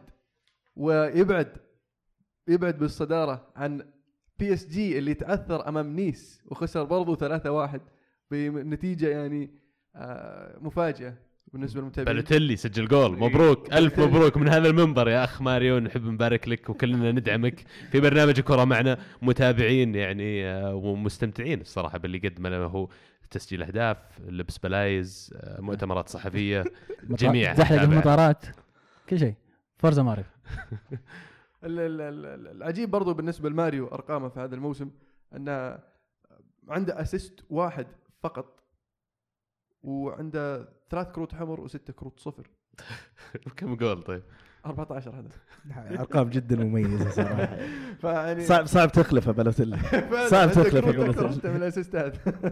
ويبعد يبعد بالصدارة عن بي اس جي اللي تعثر امام نيس وخسر برضو ثلاثة واحد بنتيجة يعني آه مفاجئة بالنسبة للمتابعين. بالوتيلي سجل جول، مبروك ألف مبروك من هذا المنبر يا أخ ماريو، نحب نبارك لك وكلنا ندعمك في برنامج كرة معنا، متابعين يعني آه ومستمتعين الصراحة باللي قدمه له، هو تسجيل أهداف، لبس بلايز، مؤتمرات صحفية، جميع زحلق المطارات، كل شيء. فورزا ماريو. العجيب برضو بالنسبة لماريو أرقامه في هذا الموسم أنه عنده أسيست واحد فقط، وعنده ثلاث كروت حمر وستة كروت صفر. كم جول طيب؟ أربعة عشر هدف. أرقام جدا مميزة صراحة. فيعني صعب صعب تخلفه بلوتيلي. صعب تخلفه بلوتيلي. من الأسيستات.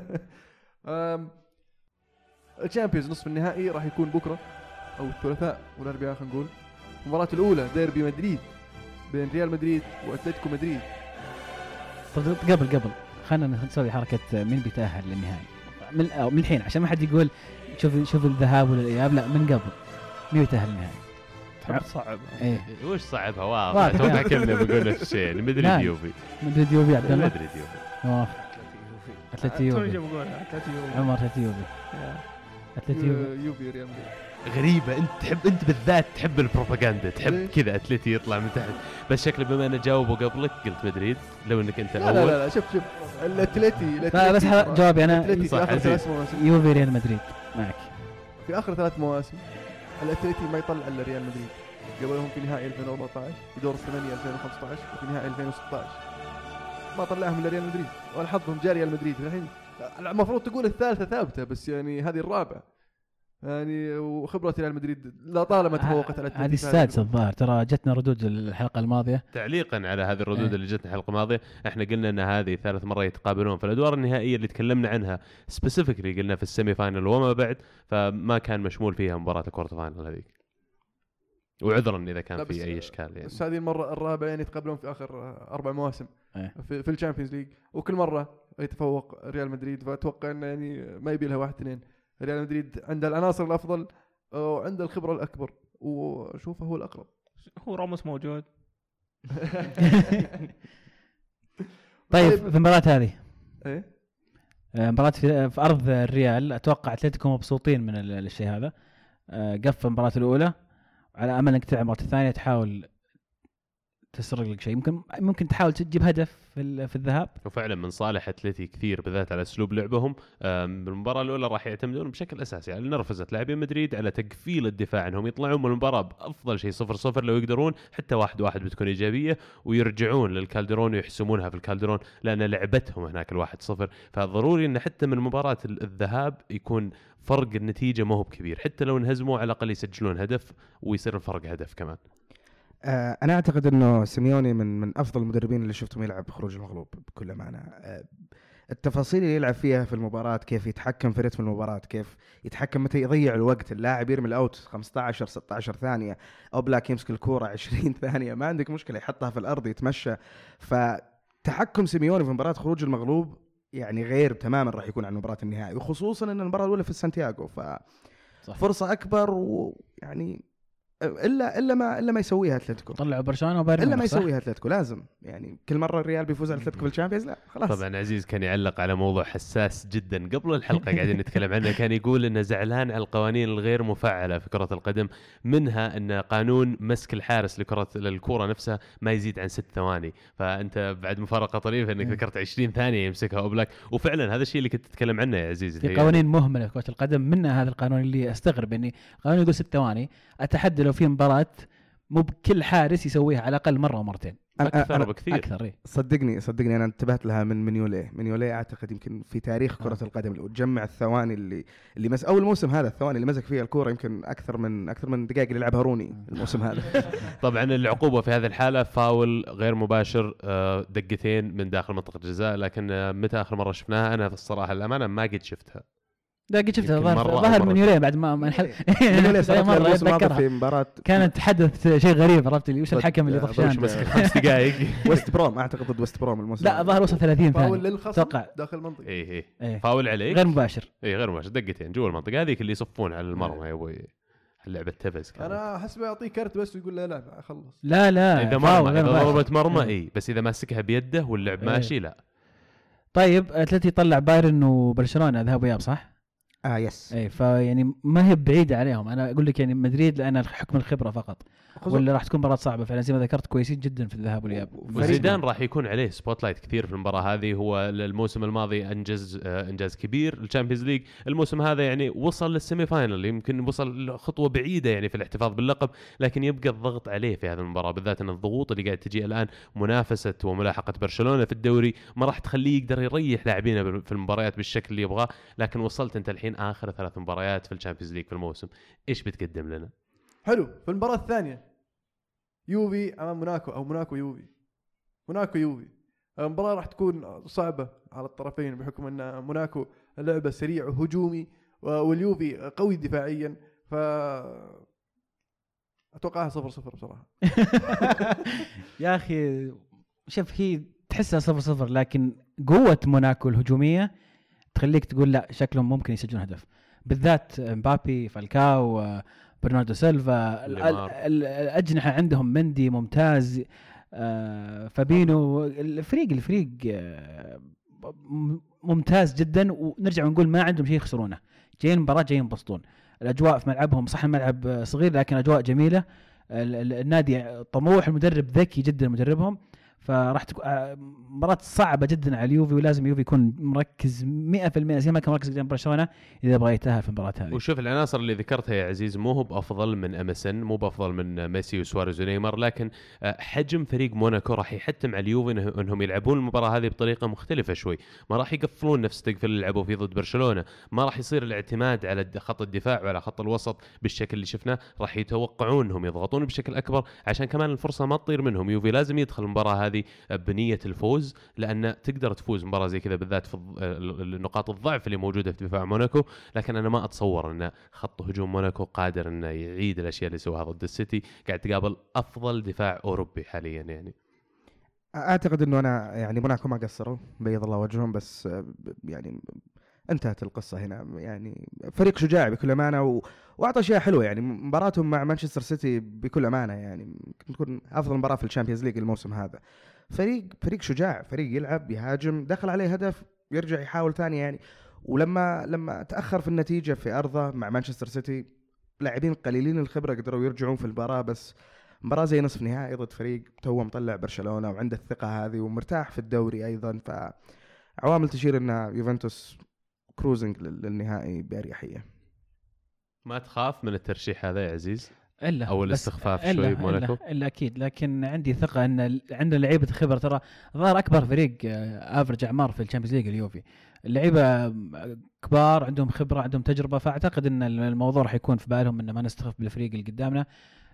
الشامبيونز نصف النهائي راح يكون بكرة أو الثلاثاء والأربعاء خلينا نقول. المباراة الأولى ديربي مدريد بين ريال مدريد وأتلتيكو مدريد. قبل قبل خلينا نسوي حركة مين بيتأهل للنهائي من من الحين عشان ما حد يقول شوف شوف الذهاب ولا الإياب، لا من قبل مين بيتأهل للنهائي؟ تحب تصعب. ايه وش صعبها واضح واضح. اتوقع كلنا بقول نفس الشيء مدريد لا. يوفي مدريد يوفي عبد الله مدريد يوفي موافق. اتلتي توني يوفي جاي بقولها اتلتي يوفي. عمر اتلتي يوفي يا. اتلتي يوفي يو- يوفي ريال مدريد. غريبة انت تحب انت بالذات تحب البروباغندا تحب ليش؟ كذا اتلتي يطلع من تحت بس شكله بما انه جاوبوا قبلك قلت مدريد لو انك انت لا الاول لا لا شوف شوف الاتلتي لا بس الأتلتي- جوابي انا الاتلتي صح، في اخر عزيز. ثلاث مواسم يوفي ريال مدريد معك. في اخر ثلاث مواسم الاتلتي ما يطلع الا ريال مدريد. قبلهم في نهائي ألفين وأربعة عشر في دور الثمانية ألفين وخمسة عشر وفي نهائي ألفين وستة عشر ما طلعهم الا ريال مدريد والحظهم جاء ريال مدريد الحين. المفروض تقول الثالثة ثابتة بس يعني هذه الرابعة يعني وخبرة ريال مدريد لا طالما تفوقت على هذه السادسة الظاهر ترى جتنا ردود الحلقة الماضية. تعليقا على هذه الردود إيه. اللي جتنا الحلقه الماضيه احنا قلنا ان هذه ثالث مره يتقابلون في الادوار النهائيه اللي تكلمنا عنها سبيسيفيكلي قلنا في السيمي فاينل وما بعد فما كان مشمول فيها مباراه الكوارتر فاينل هذيك وعذرا اذا لا كان بس- في اي اشكال يعني بس هذه المرة الرابعة يعني يتقابلون في آخر أربع مواسم إيه. في, في الشامبيونز ليج وكل مرة يتفوق ريال مدريد فأتوقع إنه يعني ما يبي لها واحد اثنين. ريال مدريد عنده العناصر الأفضل وعنده الخبرة الأكبر وشوفه هو الأقرب. هو راموس موجود. طيب في المباراة هذه إيه آه، مباراة في, في أرض الريال أتوقع أتلتيكو مبسوطين من ال- الشيء هذا. آه، قف المباراة الأولى على أمل أنك تلعب المباراة الثانية تحاول تسرق لك شيء ممكن ممكن تحاول تجيب هدف في ال- في الذهاب. وفعلا من صالح اتلتي كثير بالذات على اسلوب لعبهم. آم، بالمباراه الاولى راح يعتمدون بشكل اساسي على نرفزه لاعبين مدريد على تقفيل الدفاع انهم يطلعون من المباراه بافضل شيء صفر صفر لو يقدرون حتى واحد واحد بتكون ايجابيه ويرجعون للكالدرون ويحسمونها في الكالدرون لان لعبتهم هناك الواحد صفر. فضروري ان حتى من مباراه ال- الذهاب يكون فرق النتيجه ما هو بكبير حتى لو انهزموا على الاقل يسجلون هدف ويصير الفرق هدف كمان. آه، انا اعتقد انه سيميوني من من افضل المدربين اللي شفتهم يلعب خروج المغلوب بكل امانه. آه، التفاصيل اللي يلعب فيها في المباراه كيف يتحكم في رتم المباراه كيف يتحكم متى يضيع الوقت اللاعب يرمي الاوت خمسة عشر ستة عشر ثانيه او بلاك يمسك الكوره عشرين ثانيه ما عندك مشكله يحطها في الارض يتمشى. فتحكم سيميوني في مباراه خروج المغلوب يعني غير تماما راح يكون عن مباراه النهائي وخصوصا ان المباراه الاولى في سانتياغو ففرصه اكبر ويعني الا الا ما الا ما يسويها اتلتيكو طلعوا برشلونة وبايرن الا ما ميونخ، صح؟ يسويها اتلتيكو لازم يعني كل مره الريال بيفوز على اتلتيكو في الشامبيونز لا خلاص. طبعا عزيز كان يعلق على موضوع حساس جدا قبل الحلقه قاعدين نتكلم عنه كان يقول انه زعلان على القوانين الغير مفعله في كره القدم منها ان قانون مسك الحارس لكره الكره نفسها ما يزيد عن ست ثواني. فانت بعد مفارقه طريفه انك ذكرت عشرين ثانيه يمسكها اوبلاك وفعلا هذا الشيء اللي كنت تتكلم عنه يا عزيز. في قوانين مهملة في كرة القدم منها هذا القانون اللي استغرب اني قانون يقول ست ثواني اتحدى لو في مباراة مو بكل حارس يسويها على الاقل مرة ومرتين اكثر بكثير اكثر. إيه؟ صدقني صدقني انا انتبهت لها من منيولي منيولي اعتقد يمكن في تاريخ كره آه. القدم اللي تجمع الثواني اللي اللي مس اول موسم هذا الثواني اللي مسك فيها الكوره يمكن اكثر من اكثر من دقائق اللي لعبها روني الموسم هذا. طبعا العقوبه في هذه الحاله فاول غير مباشر آه، دقتين من داخل منطقه الجزاء لكن آه، متى اخر مره شفناها انا في الصراحه الامانه ما قد شفتها. لا قد شفتها يمكن مرة ظهر أو ظهر من مرتين. يورين بعد ما ما انحل منيولي صارت له مرة الموسم الماضي أتذكرها. في مباراه كانت تحدث شيء غريب عرفت لي وش الحكم اللي بالضبط، طفشان وش مسك خمس دقائق. ويست بروم اعتقد ضد ويست بروم الموسم لا ظهر وصل ثلاثين فاول ثانية للخصم اتوقع. داخل المنطقة. اي اي إيه. فاول عليك غير مباشر. اي غير مباشر دقتين جوا المنطقه هذيك اللي يصفون على المرمى يا ابوي اللعبه تفز كانت. انا احس بيعطيه كرت بس ويقول لا لا خلص. لا لا اذا فاول مرمى غير اذا مباشر. ضربت مرمى إيه. اي بس اذا ماسكها بيده واللعب إيه. ماشي لا. طيب اتلتي طلع بايرن وبرشلونة ذهاب وإياب صح؟ اه يس اي فيعني ما هي بعيدة عليهم. انا اقول لك يعني مدريد لان حكم الخبرة فقط ولا راح تكون مباراة صعبة فعلا زي ما ذكرت كويسين جدا في الذهاب والإياب. وزيدان راح يكون عليه سبوت لايت كثير في المباراه هذه. هو الموسم الماضي انجز آه، انجاز كبير الشامبيونز ليج. الموسم هذا يعني وصل للسيمي فاينل يمكن وصل خطوه بعيده يعني في الاحتفاظ باللقب لكن يبقى الضغط عليه في هذه المباراه بالذات ان الضغوط اللي قاعد تجي الان منافسه وملاحقه برشلونه في الدوري ما راح تخليه يقدر يريح لاعبينه في المباريات بالشكل اللي يبغاه. لكن وصلت انت الحين اخر ثلاث مباريات في الشامبيونز ليج في الموسم ايش بتقدم لنا؟ حلو. في المباراة الثانية يوفي امام موناكو او موناكو يوفي موناكو يوفي المباراة راح تكون صعبة على الطرفين بحكم ان موناكو لعبة سريع وهجومي واليوفي قوي دفاعيا ف اتوقعها صفر صفر بصراحة. يا اخي شوف هي تحسها صفر صفر لكن قوة موناكو الهجومية تخليك تقول لا شكلهم ممكن يسجلون هدف بالذات مبابي فالكاو برناردو سيلفا، ليمار. الأجنحة عندهم مندي ممتاز، آه فابينو، الفريق الفريق آه ممتاز جدا. ونرجع ونقول ما عندهم شيء يخسرونه، جايين مباراة جايين ينبسطون. الأجواء في ملعبهم صح الملعب صغير لكن أجواء جميلة، النادي طموح، المدرب ذكي جدا مدربهم، فراح تكون مباراة صعبة جدا على اليوفي، ولازم اليوفي يكون مركز مئة بالمئة زي ما كان مركز قدام برشلونة إذا بغى يتأهل في المباراة هذه. وشوف العناصر اللي ذكرتها يا عزيز مو هو بأفضل من إم إس إن، مو بأفضل من ميسي وسواريز ونيمار، لكن حجم فريق موناكو راح يحتم على اليوفي إنهم يلعبون المباراة هذه بطريقة مختلفة شوي، ما راح يقفلون نفس تقفل اللي لعبوا فيه ضد برشلونة، ما راح يصير الاعتماد على خط الدفاع وعلى خط الوسط بالشكل اللي شفناه، راح يتوقعون انهم يضغطون بشكل اكبر عشان كمان الفرصة ما تطير منهم. يوفي لازم يدخل المباراة هذه بنية الفوز، لأن تقدر تفوز مباراة زي كذا بالذات في نقاط الضعف اللي موجودة في دفاع موناكو، لكن أنا ما أتصور أن خط هجوم موناكو قادر أنه يعيد الأشياء اللي سواها ضد السيتي. قاعد تقابل أفضل دفاع أوروبي حاليا. يعني أعتقد أنه أنا يعني موناكو ما قصروا بيض الله وجههم، بس يعني انتهت القصة هنا. يعني فريق شجاع بكل أمانة و... وأعطى أشياء حلوة. يعني مباراتهم مع مانشستر سيتي بكل أمانة يعني تكون أفضل مباراة في الشامبيونز ليج الموسم هذا. فريق فريق شجاع، فريق يلعب يهاجم، دخل عليه هدف يرجع يحاول ثاني يعني. ولما لما تأخر في النتيجة في أرضه مع مانشستر سيتي، لاعبين قليلين الخبرة قدروا يرجعون في المباراة، بس مباراة زي نصف نهائي ضد فريق توه مطلع برشلونة وعنده الثقة هذه ومرتاح في الدوري أيضا، فعوامل تشير أن يوفنتوس كروزنج للنهائي بأريحية. ما تخاف من الترشيح هذا يا عزيز؟ إلا أو الاستخفاف شوي بموناكو؟ إلا, إلا أكيد، لكن عندي ثقة أن عندنا لعيبة خبرة. ترى ظهر أكبر فريق أفرج أعمار في الشامبيونز ليج اليوفي، اللعيبة كبار عندهم خبرة عندهم تجربة، فأعتقد أن الموضوع راح يكون في بالهم أن ما نستخف بالفريق اللي قدامنا.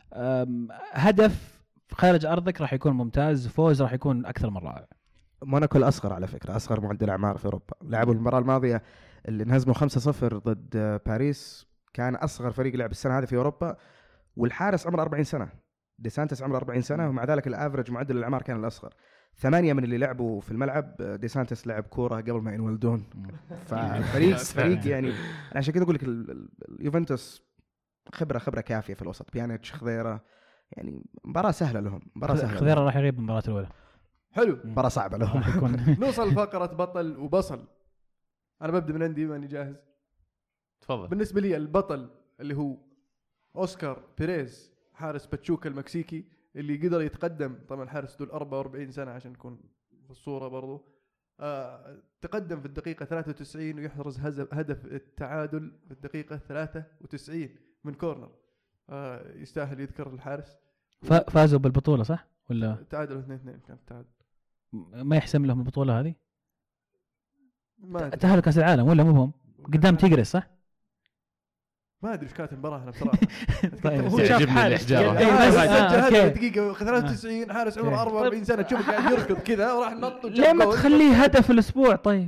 هدف خارج أرضك راح يكون ممتاز، فوز راح يكون أكثر من رائع. موناكو الأصغر على فكرة، أصغر معدل أعمار في أوروبا. لعبوا المباراة الماضية اللي انهزموا خمسة صفر ضد باريس، كان أصغر فريق لعب السنة هذه في أوروبا، والحارس عمره أربعين سنة، دي سانتس عمره أربعين سنة، ومع ذلك الافرج معدل الأعمار كان الأصغر. ثمانية من اللي لعبوا في الملعب دي سانتس لعب كورة قبل ما ينولدون. ففريق فريق يعني عشان كذا أقول لك اليوفنتوس خبرة خبرة كافية في الوسط، بيانيتش خضيرة، يعني مباراة سهلة لهم. مباراة سهلة خضيرة راح يغيب المباراة الأولى. حلو. مباراة صعبة لهم. نوصل لفقرة بطل وبصل. أنا ببدأ من عندي ماني جاهز. تفضل. بالنسبة لي البطل اللي هو أوسكار بيريز، حارس باتشوكا المكسيكي اللي قدر يتقدم. طبعا حارس دول أربعة وأربعين سنة عشان نكون في الصورة برضو. آه تقدم في الدقيقة ثلاثة وتسعين ويحرز هدف التعادل في الدقيقة ثلاثة وتسعين من كورنر. آه يستاهل يذكر الحارس. فازوا بالبطولة صح ولا تعادلوا اثنين اثنين؟ كان تعادل. ما يحسم لهم البطولة هذه؟ ما تأهلوا كأس العالم ولا مو هم؟ قدام تيغريس صح؟ ما ادري ايش كانت المباراه انا بصراحه. طيب هو شاف حارس سجل هدف دقيقه ثلاثة وتسعين، حارس عمره أربعة وأربعين سنه تشوف قاعد يركض كذا وراح نط. ليه ما تخليه هدف الاسبوع؟ طيب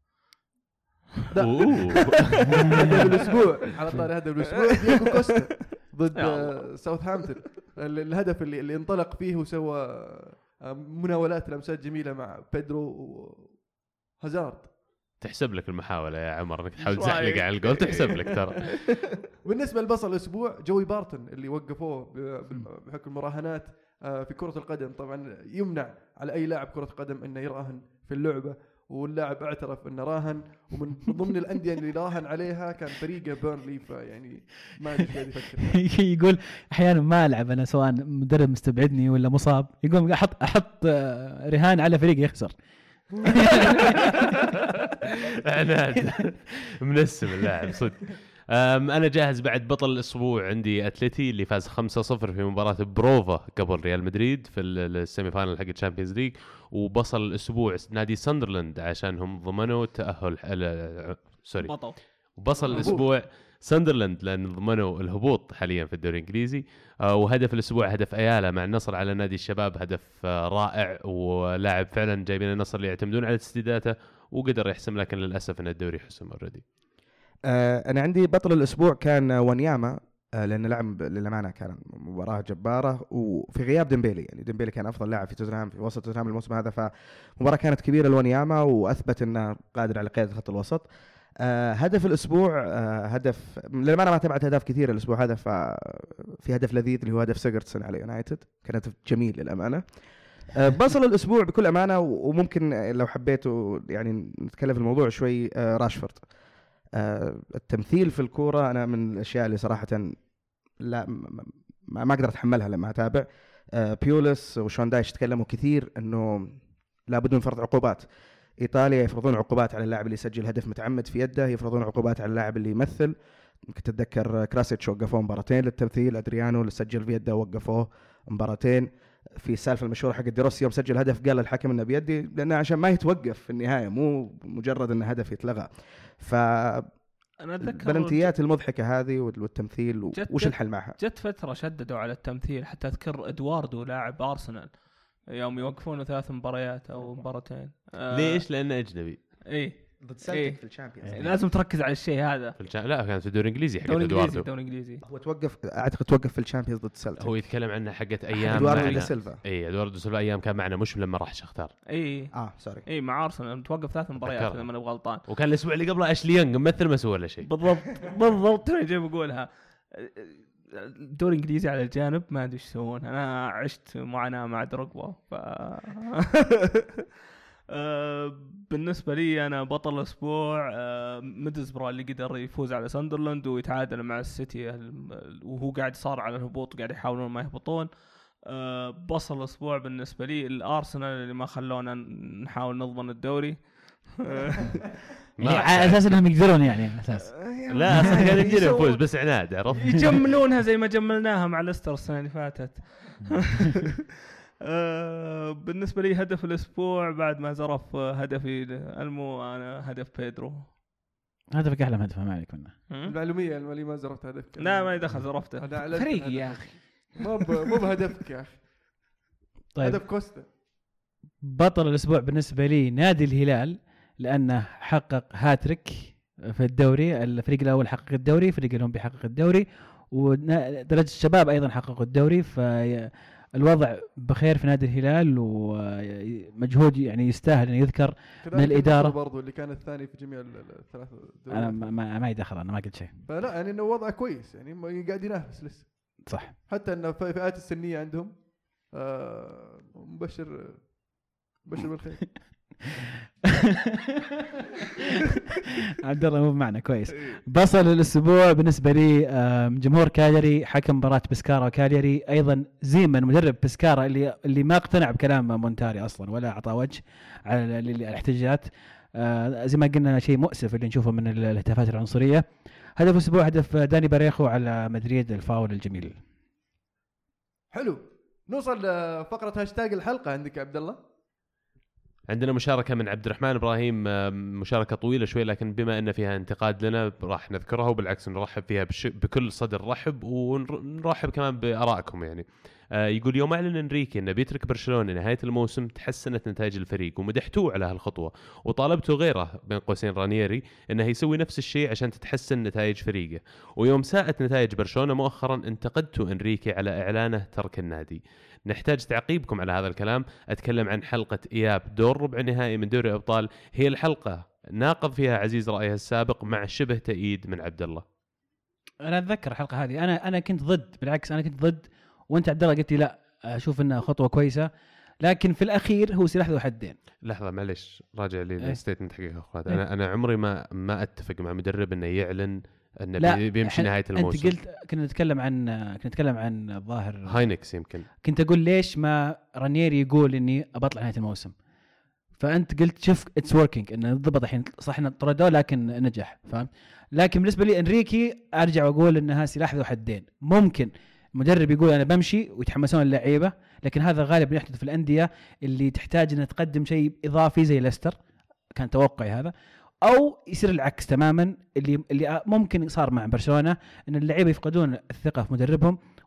هدف الاسبوع على طاري هدف الاسبوع دييغو كوستا ضد ساوثهامبتون، الهدف اللي اللي انطلق فيه وسوى مناولات لمسات جميله مع بيدرو وهازارد. تحسب لك المحاولة يا عمر انك تحاول تزحلق على الجول، تحسب لك ترى. بالنسبة لبصل الأسبوع جوي بارتون اللي وقفوه بحكم المراهنات في كرة القدم. طبعا يمنع على أي لاعب كرة قدم أنه يراهن في اللعبة، واللاعب اعترف أنه راهن، ومن ضمن الأندية اللي راهن عليها كان فريقه بيرنلي. فيعني ما أدري قاعد يفكر. يقول أحيانا ما ألعب أنا سواء مدرب مستبعدني ولا مصاب، يقول أحط أحط رهان على فريق يخسر. عناد منسم اللاعب صدق. أنا جاهز بعد. بطل الأسبوع عندي أتلتي اللي فاز خمسة صفر في مباراة بروفا قبل ريال مدريد في السيمي فاينل حق الشامبيونز ليج. وبصل الأسبوع نادي ساندرلاند عشانهم ضمنوا تأهل سوري بطل. وبصل الأسبوع ساندرلاند لأن ضمنوا الهبوط حاليا في الدوري الإنجليزي. وهدف الأسبوع هدف أيالا مع النصر على نادي الشباب، هدف رائع ولاعب فعلا جايبين النصر اللي يعتمدون على تسديداته وقدر يحسم، لكن للأسف أن الدوري حسم أوريدي. آه أنا عندي بطل الأسبوع كان وانياما، آه لأن لعب للأمانة كان مباراة جبارة وفي غياب ديمبيلي. يعني ديمبيلي كان أفضل لاعب في توتنهام في وسط توتنهام الموسم هذا، فمباراة كانت كبيرة لوانياما وأثبت أنه قادر على قيادة خط الوسط. آه هدف الاسبوع آه هدف لما انا ما تابعت اهداف كثيره الاسبوع هذا، ففي هدف لذيذ اللي هو هدف سيجرتسون على يونايتد، كان هدف جميل للامانه. آه بصل الاسبوع بكل امانه، وممكن لو حبيتوا يعني نتكلم في الموضوع شوي، آه راشفورد. آه التمثيل في الكوره انا من الاشياء اللي صراحه لا ما, ما اقدر اتحملها لما اتابع. آه بيولس وشون دايش تكلموا كثير انه لابد من فرض عقوبات. ايطاليا يفرضون عقوبات على اللاعب اللي يسجل هدف متعمد في يده، يفرضون عقوبات على اللاعب اللي يمثل. ممكن تتذكر كراسيتش وقفوه مباراتين للتمثيل، ادريانو اللي سجل في يده وقفوه مباراتين. في السالفه المشهوره حق ديروسي يوم سجل هدف قال الحكم انه بيدي، لانه عشان ما يتوقف في النهايه، مو مجرد ان هدف يتلغى. ف انا اتذكر البلنتيات المضحكه هذه والتمثيل وش الحل معها؟ جت فتره شددوا على التمثيل، حتى اذكر ادواردو لاعب ارسنال يوم يوقفونه ثلاث مباريات او مباراتين. آه ليش؟ لانه اجنبي. اي ضد سلتك إيه؟ في الشامبيونز إيه؟ لازم تركز على الشيء هذا في الشام... لا كان في الدوري الانجليزي حق ادواردو. الدوري الانجليزي هو توقف، اعتقد توقف في الشامبيونز ضد سلتك. هو يتكلم عنه حقت ايام ادواردو سيلفا. اي ادواردو سيلفا ايام كان معنا، مش لما راح شختار. اي اه سوري اي مع ارسنال توقف ثلاث مباريات اذا ماني غلطان. وكان الاسبوع اللي قبله اشلي يونغ ممثل ما سوى ولا شيء. بالضبط بالضبط انا جاي بقولها. الدوري الانجليزي على الجانب ما ادري ايش يسوون. انا عشت معاناه مع دروجبا. ف أه بالنسبة لي أنا بطل الأسبوع أه ميدلسبرو اللي قدر يفوز على ساندرلاند ويتعادل مع السيتي وهو قاعد صار على الهبوط وقاعد يحاولون ما يهبطون. أه بصل الأسبوع بالنسبة لي الأرسنال اللي ما خلونا نحاول نضمن الدوري. على أساس أنهم يقدرون يعني أساس لا أصلا قاعد يقدر يفوز بس عناد، عرفت؟ يجملونها زي ما جملناها مع ليستر السنة اللي فاتت. أه بالنسبة لي هدف الأسبوع بعد ما زرف هدفي المو أنا هدف بيدرو. هدفك أحلى هدف ما عليك منه. المعلومية اللي ما زرفت هدفك. لا ما يدخل زرفته. فريقي يا أخي. مو مو بهدفك يا أخي. طيب. هدف كوستا. بطل الأسبوع بالنسبة لي نادي الهلال، لأنه حقق هاتريك في الدوري. الفريق الأول حقق الدوري، الفريق الأول بيحقق الدوري، ودرجة الشباب أيضا حققوا الدوري. ف الوضع بخير في نادي الهلال ومجهود يعني يستاهل أن يذكر من الإدارة. برضو اللي كان الثاني في جميع الثلاثة دوري. أنا ما ما يدخل، أنا ما قلت شيء. فلا يعني إنه وضعه كويس، يعني قاعد ينافس لسه. صح. حتى إنه في فئات السنية عندهم آه مبشر مبشر بالخير. عبد الله مو معنا كويس. بصل الاسبوع بالنسبه لي جمهور كاليري، حكم مباراه بسكارا وكاليري، ايضا زيمن مدرب بسكارا اللي اللي ما اقتنع بكلام مونتاري اصلا ولا اعطى وجه على الاحتجاجات. زي ما قلنا شيء مؤسف اللي نشوفه من الهتافات العنصريه. هدف الاسبوع هدف داني باريخو على مدريد، الفاول الجميل. حلو، نوصل لفقره هاشتاج الحلقه. عندك يا عبد الله؟ عندنا مشاركة من عبد الرحمن إبراهيم، مشاركة طويلة شوي لكن بما أن فيها انتقاد لنا راح نذكرها، وبالعكس نرحب فيها بكل صدر رحب، ونرحب كمان بآرائكم. يعني يقول يوم أعلن إنريكي أنه بيترك برشلونة نهاية الموسم تحسنت نتائج الفريق ومدحتوه على هالخطوة، وطالبته غيره بين قوسين رانييري أنه يسوي نفس الشيء عشان تتحسن نتائج فريقه. ويوم ساءت نتائج برشلونة مؤخرا انتقدتوا إنريكي على إعلانه ترك النادي. نحتاج تعقيبكم على هذا الكلام. أتكلم عن حلقة إياب دور ربع نهائي من دوري الأبطال، هي الحلقة ناقض فيها عزيز رأيها السابق مع شبه تأييد من عبد الله. أنا أتذكر الحلقة هذه، أنا أنا كنت ضد، بالعكس أنا كنت ضد، وأنت عبد الله قلت لي لا أشوف إنها خطوة كويسة، لكن في الأخير هو سلاح ذو حدين. لحظة معليش، راجع لي الستيتمنت حقيقة أخوات. أنا أنا عمري ما ما أتفق مع مدرب إنه يعلن انه بيمشي نهايه الموسم. انت قلت كنا نتكلم عن كنا نتكلم عن الظاهر هاينكس يمكن. كنت اقول ليش ما رانييري يقول اني ابطل نهايه الموسم، فانت قلت شوف اتس وركينج انه ضبط الحين صح انه طردوه لكن نجح، فاهم؟ لكن بالنسبه لي انريكي ارجع واقول انها سلاح ذو حدين. ممكن مدرب يقول انا بمشي ويتحمسون اللعيبه، لكن هذا غالبا يحدث في الانديه اللي تحتاج ان تقدم شيء اضافي زي ليستر، كان توقعي هذا. او يصير العكس تماما اللي اللي ممكن صار مع برشلونه، ان اللعيبه يفقدون الثقه في مدربهم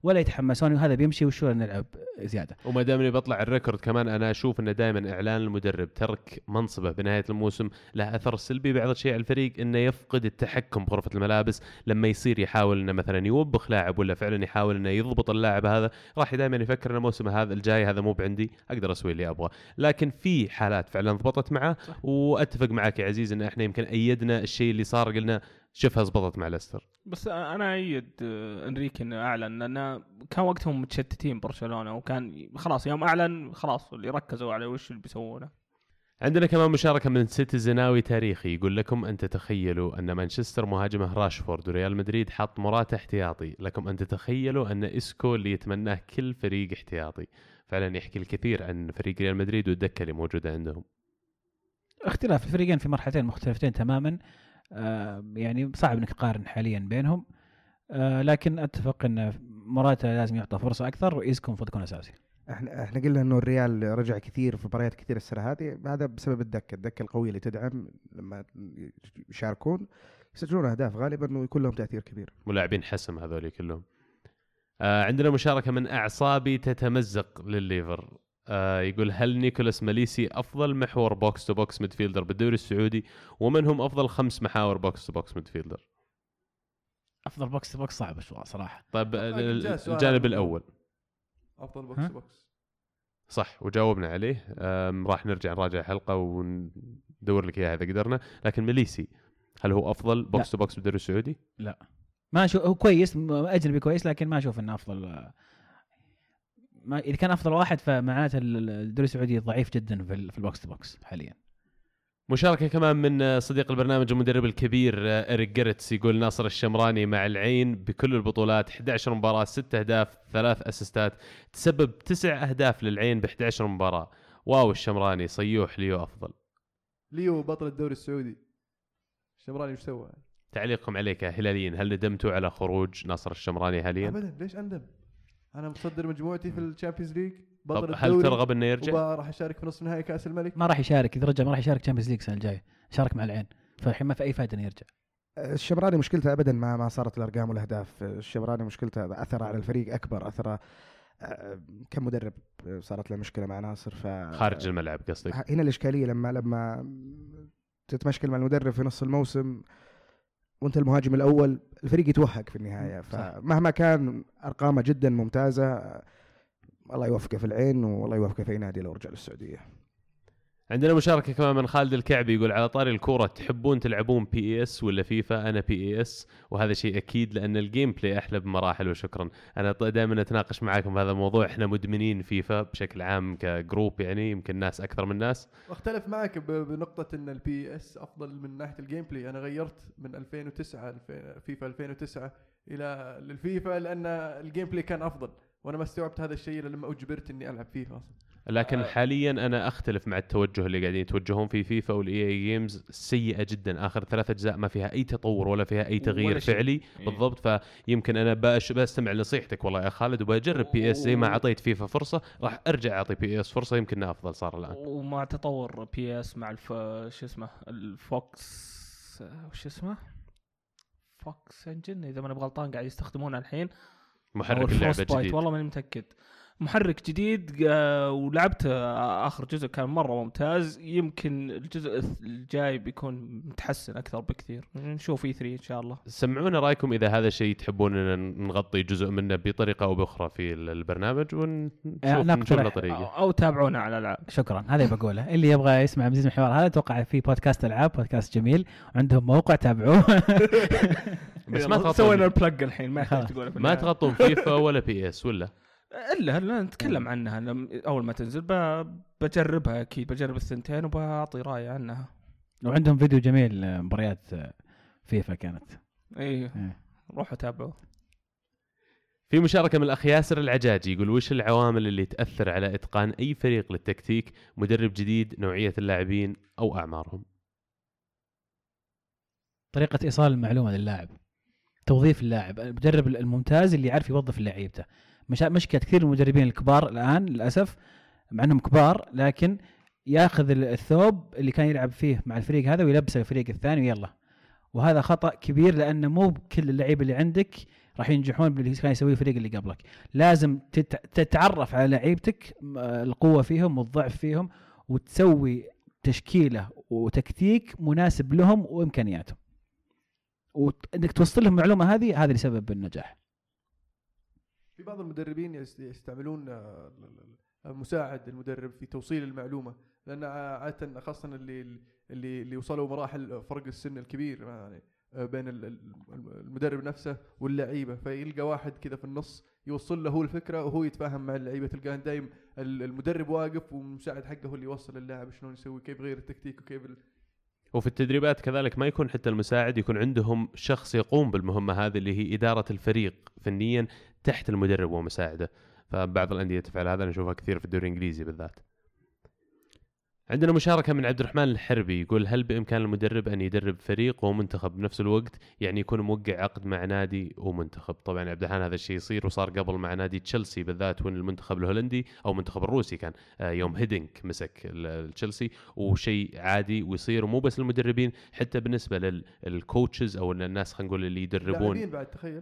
ولا يتحمسون وهذا بيمشي وشو نلعب زياده. وما دامني بطلع الريكورد كمان، انا اشوف انه دائما اعلان المدرب ترك منصبه بنهايه الموسم له اثر سلبي بعض الشيء على الفريق، انه يفقد التحكم بغرفه الملابس لما يصير يحاول انه مثلا يوبخ لاعب ولا فعلا يحاول انه يضبط اللاعب هذا، راح دائما يفكر ان الموسم هذا الجاي هذا مو بعندي، اقدر اسوي اللي ابغاه. لكن في حالات فعلا ضبطت معه، واتفق معك يا عزيز ان احنا يمكن ايدنا الشيء اللي صار، قلنا شوفها زبطت مع ليستر. بس انا ايد انريكي انه اعلن لان كان وقتهم متشتتين برشلونه، وكان خلاص يوم اعلن خلاص اللي ركزوا على وش اللي بيسوونه. عندنا كمان مشاركه من سيتيزناوي تاريخي يقول لكم ان تتخيلوا ان مانشستر مهاجمه راشفورد وريال مدريد حط موراتا احتياطي، لكم ان تتخيلوا ان اسكو اللي يتمناه كل فريق احتياطي. فعلا يحكي الكثير عن فريق ريال مدريد والدكه اللي موجوده عندهم. اختلاف الفريقين في مرحلتين مختلفتين تماما، آه يعني صعب انك تقارن حاليا بينهم، آه لكن اتفق ان موراتا لازم يعطى فرصه اكثر وايزكو المفروض يكون اساسي. احنا احنا قلنا انه الريال رجع كثير في مباريات كثير السنه هذه، هذا بسبب الدكه الدكه القويه اللي تدعم لما يشاركون يسجلون اهداف غالبا ويكون لهم تاثير كبير. ملاعبين حسم هذول كلهم. آه عندنا مشاركه من اعصابي تتمزق للليفر، آه يقول هل نيكولاس ماليسي افضل محور بوكس تو بوكس ميدفيلدر بالدوري السعودي؟ ومن هم افضل خمس محاور بوكس تو بوكس ميدفيلدر؟ افضل بوكس تو بوكس صعب صراحه. طيب الجانب الاول افضل بوكس تو بوكس صح وجاوبنا عليه، راح نرجع نراجع حلقه وندور لك اياها اذا قدرنا. لكن ماليسي هل هو افضل بوكس تو بوكس بالدوري السعودي؟ لا ما شو هو كويس اجنبي كويس، لكن ما اشوف انه افضل. ما اذا كان افضل واحد فمعناته الدوري السعودي ضعيف جدا في في البوكس تو بوكس حاليا. مشاركه كمان من صديق البرنامج المدرب الكبير إريك جيرتس يقول ناصر الشمراني مع العين بكل البطولات إحدى عشرة مباراه ستة اهداف ثلاث اسيستات، تسبب تسع اهداف للعين ب إحدى عشرة مباراه. واو الشمراني صيوح. ليو افضل. ليو بطل الدوري السعودي. الشمراني وش سوى؟ تعليقكم عليك يا هلاليين، هل ندمتوا على خروج ناصر الشمراني حاليا؟ ابدا، ليش اندم؟ انا متصدر مجموعتي في الشامبيونز ليج، بطل الدوري. هل ترغب انه يرجع؟ راح يشارك في نصف نهائي كاس الملك. ما راح يشارك، اذا رجع ما راح يشارك تشامبيونز ليج السنه الجايه، شارك مع العين، فالحين ما في اي فائده انه يرجع. الشمراني مشكلته ابدا ما ما صارت الارقام والاهداف، الشمراني مشكلته اثر على الفريق اكبر، اثر كمدرب صارت له مشكله مع ناصر. ف خارج الملعب قصدك؟ هنا الاشكاليه لما لما تتمشكل مع المدرب في نص الموسم وانت المهاجم الاول، الفريق يتوهق في النهايه. فمهما كان ارقامه جدا ممتازه، الله يوفقه في العين والله يوفقه في اي نادي لو رجع للسعوديه. عندنا مشاركه كمان من خالد الكعبي يقول على طاري الكوره تحبون تلعبون بي اي اس ولا فيفا؟ انا بي اي اس، وهذا شيء اكيد لان الجيم بلاي احلى بمراحل. وشكرا. انا دائما اتناقش معاكم في هذا الموضوع، احنا مدمنين فيفا بشكل عام كجروب، يعني يمكن ناس اكثر من ناس. واختلف معك بنقطه ان البي اس افضل من ناحيه الجيم بلاي. انا غيرت من ألفين وتسعة فيفا ألفين وتسعة الى للفيفا لان الجيم بلاي كان افضل، وانا ما استوعبت هذا الشيء لما اجبرت اني العب فيفا. لكن آه حاليا انا اختلف مع التوجه اللي قاعدين يتوجهون في فيفا والاي اي جيمز سيئه جدا. اخر ثلاث اجزاء ما فيها اي تطور ولا فيها اي تغيير فعلي. إيه. بالضبط. فيمكن انا باش بستمع لنصيحتك والله يا خالد وبجرب بي اس زي ما اعطيت فيفا فرصه، راح ارجع اعطي بي اس فرصه، يمكن انه افضل صار الان. ومع تطور بي اس مع الف شو اسمه الفوكس وش اسمه فوكس انجن اذا ما انا بغلطان قاعد يستخدمونه الحين محرك اللعبه جديد. والله ماني متاكد. محرك جديد ولعبت آخر جزء كان مرة ممتاز. يمكن الجزء الجاي بيكون متحسن أكثر بكثير. نشوف إي ثري إن شاء الله. سمعونا رأيكم إذا هذا الشيء تحبون أن نغطي جزء منه بطريقة أو بأخرى في البرنامج ونشوف نشوف له طريقة، أو تابعونا على الألعاب. شكرا. هذا بقوله اللي يبغى يسمع مزيد من الحوار هذا توقع في بودكاست ألعاب، بودكاست جميل عندهم موقع تابعوه. بس ما سوينا البلاج الحين ما يحتاج تقوله. ما تغطون فيفا ولا بي اس ولا الا هلا نتكلم عنها اول ما تنزل بجربها اكيد، بجرب الثنتين وبعطي راي عنها. وعندهم فيديو جميل مباريات فيفا كانت. ايه, إيه. روحوا تابعوا. في مشاركه من الاخ ياسر العجاجي يقول وش العوامل اللي تاثر على اتقان اي فريق للتكتيك؟ مدرب جديد، نوعيه اللاعبين، او اعمارهم؟ طريقه ايصال المعلومه للاعب، توظيف اللاعب، المدرب الممتاز اللي يعرف يوظف لعيبته. مش مشكلة كثير من المدربين الكبار الآن للأسف مع أنهم كبار لكن يأخذ الثوب اللي كان يلعب فيه مع الفريق هذا ويلبسه الفريق الثاني ويلا، وهذا خطأ كبير لأنه مو بكل اللعيبة اللي عندك راح ينجحون باللي كان يسويه الفريق اللي قبلك. لازم تتعرف على لعيبتك القوة فيهم والضعف فيهم وتسوي تشكيلة وتكتيك مناسب لهم وإمكانياتهم، وإنك توصل لهم معلومة هذه هذا اللي سبب النجاح. في بعض المدربين يستعملون مساعد المدرب في توصيل المعلومة، لأن عادة خاصة اللي اللي اللي وصلوا مراحل فرق السن الكبير يعني بين المدرب نفسه واللعيبة، فيلقى واحد كذا في النص يوصل له هو الفكرة وهو يتفاهم مع اللعيبة. تلقاه دايم المدرب واقف والمساعد حقه هو اللي يوصل اللاعب شلون يسوي، كيف غير التكتيك وكيف ال... وفي التدريبات كذلك ما يكون حتى المساعد، يكون عندهم شخص يقوم بالمهمة هذه اللي هي إدارة الفريق فنيا تحت المدرب ومساعده. فبعض الأندية تفعل هذا، نشوفها كثير في الدوري الإنجليزي بالذات. عندنا مشاركة من عبد الرحمن الحربي يقول: هل بإمكان المدرب أن يدرب فريق ومنتخب بنفس الوقت؟ يعني يكون موقع عقد مع نادي ومنتخب. طبعا عبد الرحمن هذا الشيء يصير وصار قبل مع نادي تشيلسي بالذات، وين المنتخب الهولندي أو المنتخب الروسي كان يوم هيدينك مسك تشيلسي، وشيء عادي ويصير. ومو بس المدربين، حتى بالنسبة للكوتشز أو الناس خلينا نقول اللي يدربون بعد تخيل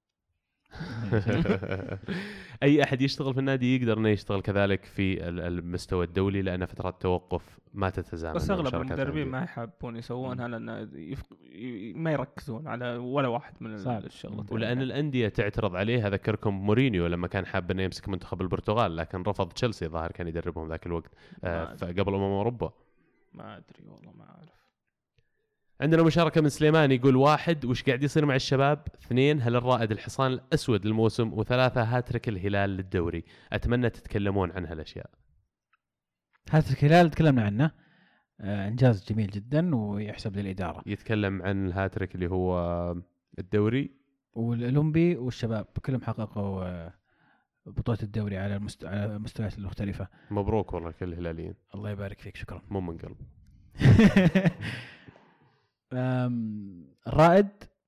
اي احد يشتغل في النادي يقدر انه يشتغل كذلك في المستوى الدولي، لان فترات التوقف ما تتزامن. بس اغلب المدربين ما يحبون يسوونها لان يفق... ما يركزون على ولا واحد من الشغلات، ولان الانديه تعترض عليه. اذكركم مورينيو لما كان حاب انه يمسك منتخب البرتغال، لكن رفض تشيلسي ظاهر كان يدربهم ذاك الوقت آه قبل امم اوروبا. ما ادري والله ما اعرف. عندنا مشاركة من سليمان يقول: واحد، وش قاعد يصير مع الشباب؟ اثنين، هل الرائد الحصان الأسود للموسم؟ وثلاثة، هاتريك الهلال للدوري. أتمنى تتكلمون عن هالأشياء. هاتريك الهلال تكلمنا عنه، آه إنجاز جميل جدا ويحسب للإدارة. يتكلم عن الهاتريك اللي هو الدوري والأولمبي والشباب كلهم حققوا آه بطولة الدوري على المست... على المستويات المختلفة. مبروك والله كل الهلاليين. الله يبارك فيك، شكرا. مو من قلب. الرائد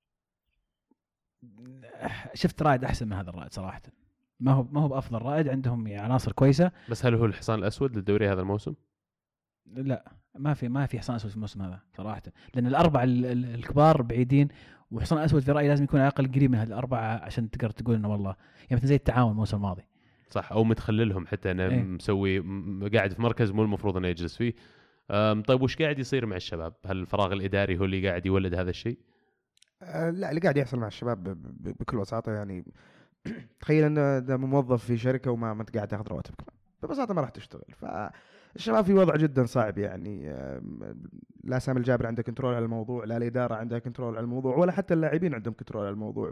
شفت رائد احسن من هذا الرائد صراحه، ما هو ما هو بافضل رائد، عندهم عناصر كويسه. بس هل هو الحصان الاسود للدوري هذا الموسم؟ لا، ما في ما في حصان اسود في الموسم هذا صراحه، لان الاربعه الكبار بعيدين، وحصان اسود في رايي لازم يكون على الاقل قريب من هذه الاربعه عشان تقدر تقول انه والله يعني مثل زي التعاون الموسم الماضي. صح، او متخللهم حتى انه ايه؟ مسوي قاعد في مركز مو المفروض انه يجلس فيه. طيب وش قاعد يصير مع الشباب؟ هل الفراغ الإداري هو اللي قاعد يولد هذا الشيء؟ أه لا، اللي قاعد يحصل مع الشباب بكل بساطة يعني تخيل أن ده موظف في شركة وما ما قاعد تاخذ رواتبك، ببساطة ما راح تشتغل. فالشباب في وضع جدا صعب يعني، لا سامي الجابر عنده كنترول على الموضوع، لا الإدارة عندها كنترول على الموضوع، ولا حتى اللاعبين عندهم كنترول على الموضوع.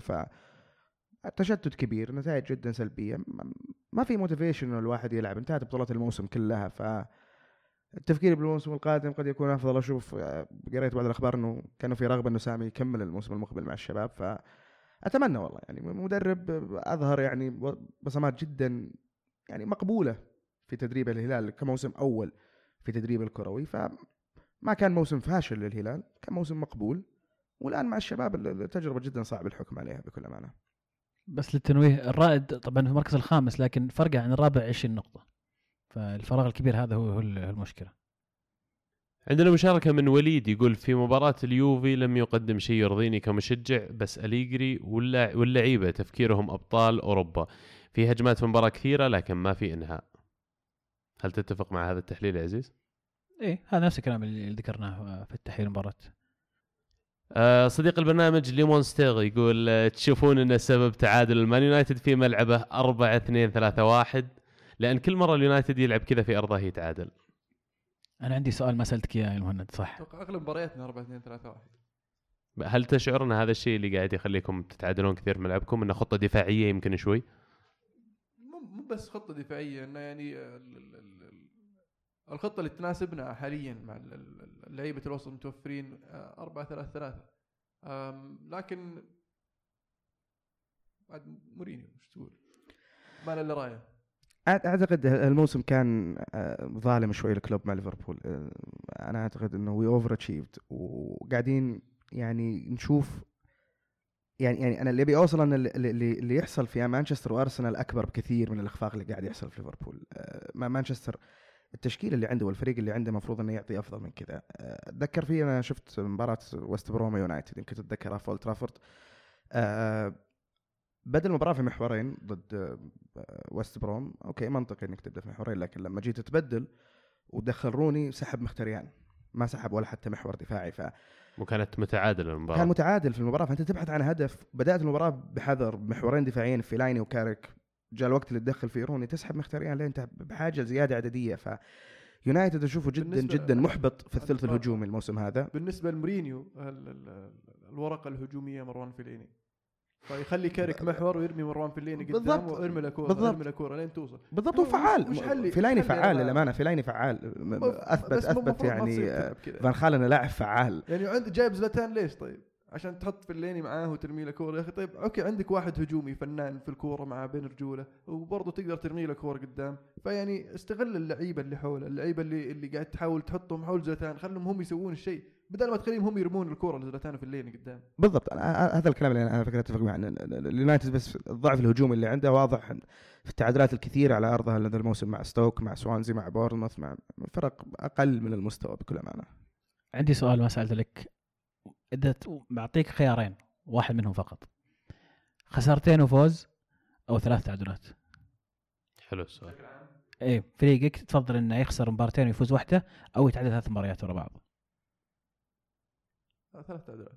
فتشتت كبير، نتائج جدا سلبية، ما في موتيفيشن إنه الواحد يلعب. انتهت بطولات الموسم كلها، ف التفكير بالموسم القادم قد يكون أفضل. أشوف قريت بعض الأخبار إنه كانوا في رغبة إنه سامي يكمل الموسم المقبل مع الشباب، فأتمنى والله يعني مدرب أظهر يعني بصمات جدا يعني مقبولة في تدريب الهلال كموسم أول في تدريب الكروي. فما كان موسم فاشل للهلال، كان موسم مقبول، والآن مع الشباب التجربة جدا صعب الحكم عليها بكل أمانة. بس للتنويه، الرائد طبعا في المركز الخامس لكن فرقه عن الرابع عشرين نقطة، فالفراغ الكبير هذا هو هو المشكلة. عندنا مشاركة من وليد يقول: في مباراة اليوفي لم يقدم شيء يرضيني كمشجع، بس أليجري واللعيبة تفكيرهم أبطال أوروبا، في هجمات في المباراة كثيرة لكن ما في إنهاء. هل تتفق مع هذا التحليل يا عزيز؟ إيه، هذا نفس الكلام اللي ذكرناه في التحليل المباراة. آه صديق البرنامج ليمون ستيغ يقول: آه تشوفون أن سبب تعادل المان يونايتد في ملعبه أربعة اثنين ثلاثة واحد، لأن كل مرة اليونايتد يلعب كذا في أرضه يتعادل. أنا عندي سؤال ما سألتك إياه يا المهند. صح، أغلب مبارياتنا أربعة اثنين ثلاثة واحد. هل تشعر أن هذا الشيء اللي قاعد يخليكم تتعادلون كثير في ملعبكم، أنه خطة دفاعية يمكن شوي؟ مو بس خطة دفاعية، إنه يعني الخطة اللي تناسبنا حاليا مع اللعيبة الوسط متوفرين أربعة ثلاثة ثلاثة، لكن بعد مورينيو مش تقول ما له إلا رايه. اعتقد الموسم كان ظالم شوي الكلوب مع ليفربول. انا اعتقد انه وي اوفر اتشيفد، وقاعدين يعني نشوف يعني يعني انا اللي ابي اوصل ان اللي, اللي يحصل في مانشستر وارسنال اكبر بكثير من الاخفاق اللي قاعد يحصل في ليفربول. ما مانشستر التشكيله اللي عنده والفريق اللي عنده مفروض انه يعطي افضل من كذا. اتذكر فيه انا شفت مباراه ويست بروما يونايتد، يمكن تتذكرها في اولد ترافورد. بدل مباراة في محورين ضد وست بروم، اوكي منطقي انك تبدا في محورين، لكن لما جيت تبدل ودخل روني سحب مختريان، ما سحب ولا حتى محور دفاعي، ف وكانت متعادله المباراه. كان متعادل في المباراه، فانت تبحث عن هدف. بدات المباراه بحذر محورين دفاعيين في لايني وكارك، جاء الوقت اللي تدخل فيه روني تسحب مختريان لين انت بحاجه زياده عدديه. ف يونايتد اشوفه جدا جدا محبط في الثلث الهجومي الموسم هذا. بالنسبه لمورينيو الورقه الهجوميه مروان فيليني، فيخلي كارك محور ويرمي مروان فيليني قدام ويرمي له كوره، يرمي له كوره لين توصل بالضبط. وفعال فيليني فعال للامانه، فيليني فعال اثبت اثبت يعني فان خالنا لاعب فعال. يعني عند جايب زلاتان ليش طيب؟ عشان تحط فيليني معاه وترمي له كوره يا اخي. طيب اوكي عندك واحد هجومي فنان في الكوره مع بين رجوله وبرضه تقدر ترمي له كوره قدام، فيعني استغل اللعيبه اللي حوله، اللعيبه اللي اللي قاعد تحاول تحطهم حول زلاتان، خلهم هم يسوون الشيء بدل ما تخليهم هم يرمون الكوره لزلاتان وفيليني قدام. بالضبط، هذا الكلام اللي انا فكرت اتفق معه. اليونايتد بس الضعف الهجومي اللي عنده واضح في التعادلات الكثيره على ارضها هذا الموسم، مع ستوك، مع سوانزي، مع بورنموث، مع فرق اقل من المستوى بكل امانه. عندي سؤال ما سالت لك، اذا بعطيك خيارين واحد منهم فقط، خسارتين وفوز او ثلاث تعادلات. حلو السؤال. ايه فريقك تفضل انه يخسر مباراتين ويفوز واحده او يتعادل ثلاث مباريات ورا بعض؟ ثلاث تعادلات.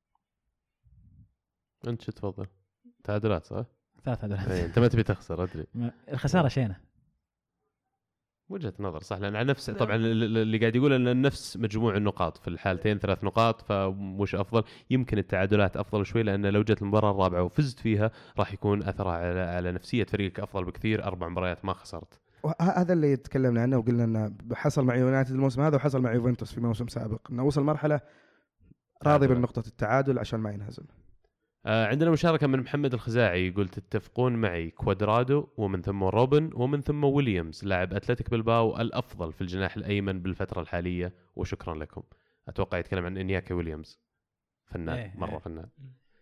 انت شو تفضل؟ تعادلات صح؟ ثلاث تعادلات. ايه انت ما تبي تخسر ادري. الخساره شينه. وجهة نظر صح، لأن على نفس طبعا اللي قاعد يقول أن نفس مجموع النقاط في الحالتين ثلاث نقاط، فمش أفضل. يمكن التعادلات أفضل شوي، لأن لو جت المباراة الرابعة وفزت فيها راح يكون أثرها على على نفسية فريقك أفضل بكثير. أربع مباريات ما خسرت. هذا اللي تكلمنا عنه وقلنا أنه حصل مع يونايتد الموسم هذا وحصل مع يوفنتوس في موسم سابق، أنه وصل مرحلة راضي بالنقطة التعادل عشان ما ينهزم. آه عندنا مشاركة من محمد الخزاعي يقول تتفقون معي كوادرادو ومن ثم روبن ومن ثم ويليامز لاعب أتلتيك بلباو الأفضل في الجناح الأيمن بالفترة الحالية، وشكرا لكم. أتوقع يتكلم عن إنياكي ويليامز، فنان ايه مرة ايه. فنان.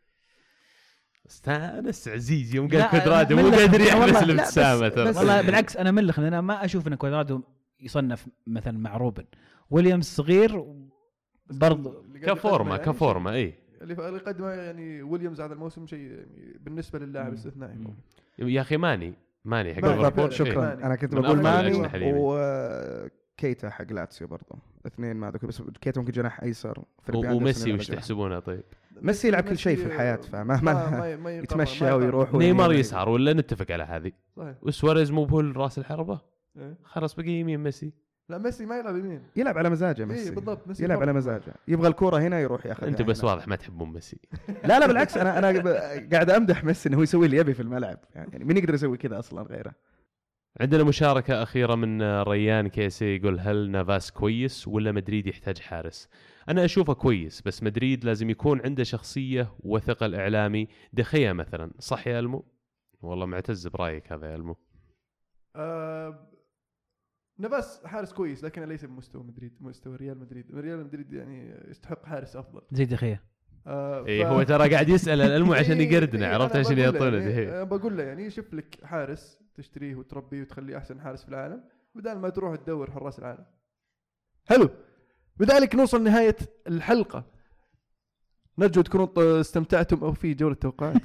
استانس عزيز يوم قال كوادرادو مو قادر يحبس الابتسامة ترى. والله بالعكس أنا ملخ، أنا ما أشوف إن كوادرادو يصنف مثلا مع روبن. ويليامز صغير برضو كفورمة كفورمة إيه اللي يقدمه يعني ويليامز هذا الموسم شيء يعني بالنسبه للاعب استثنائي. يا اخي ماني ماني حق ليفربول. شكرا إيه؟ انا كنت بقول ماني وكيتا حق لاتسيو برضه اثنين ما ذكر، بس كيتا ممكن جناح ايسر. وميسي وش تحسبونه طيب؟ ميسي يلعب كل شيء في الحياه، فما ما يتمشى ويروح. نيمار يسعر ولا نتفق على هذه؟ وسواريز مو بهو راس الحربه خلاص بقي يمين ميسي. لا ميسي ما يلعب يمين، يلعب على مزاجه ميسي. إيه بالضبط، ميسي يلعب على مزاجه، يبغى الكرة هنا يروح ياخذها. انت بس هنا. واضح ما تحبون ميسي. لا لا بالعكس، انا انا قاعد امدح ميسي انه هو يسوي اللي يبي في الملعب، يعني مين يقدر يسوي كذا اصلا غيره. عندنا مشاركة أخيرة من ريان كيسي يقول هل نافاس كويس ولا مدريد يحتاج حارس؟ أنا أشوفه كويس، بس مدريد لازم يكون عنده شخصية وثقل إعلامي. دخيا مثلا، صح يا ألمو؟ والله معتز برأيك هذا يا ألمو. أه نافاس حارس كويس لكن ليس بمستوى مدريد، مستوى ريال مدريد. ريال مدريد يعني يستحق حارس أفضل زي دخيا. آه ف... إيه هو ترى قاعد يسأل الألمو عشان يقردنا. عرفت ايش اللي يطلع يعني بقول له يعني شوف لك حارس تشتريه وتربيه وتخليه أحسن حارس في العالم بدل ما تروح تدور حراس العالم. حلو، بذلك نوصل نهاية الحلقة. نرجو تكونوا استمتعتم أو في جولة توقعات.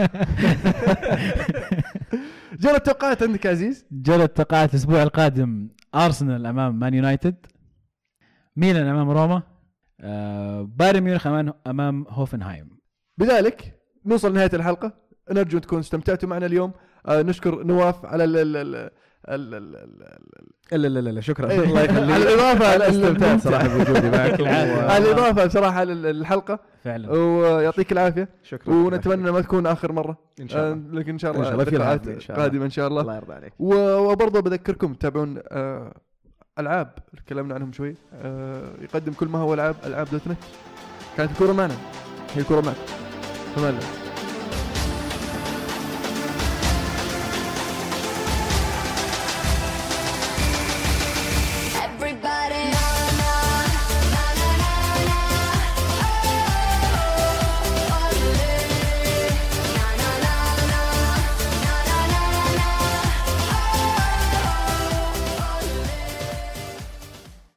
جولة توقعات عندك عزيز؟ جولة توقعات الأسبوع القادم أرسنال أمام مان يونايتد، ميلان أمام روما، آه بايرن ميونخ أمام أمام هوفنهايم. بذلك نوصل نهاية الحلقة. نرجو تكونوا استمتعتوا معنا اليوم. آه نشكر نواف على ال ال ال لا لا لا لا شكرا ايه الله يخليك على الإضافة على الاستمتاع صراحة بوجودي معك. على الإضافة بصراحة للحلقة فعلا، ويعطيك العافية. شكرا، ونتمنى ما تكون آخر مرة إن شاء الله. لكن إن شاء الله, إن شاء الله في قادمة إن شاء الله. الله يرضى عليك. وبرضه بذكركم تتابعون آه ألعاب تكلمنا عنهم شوي. آه يقدم كل ما هو ألعاب ألعاب دوت نت. كانت الكورة معنا، هي الكورة معك. تمام.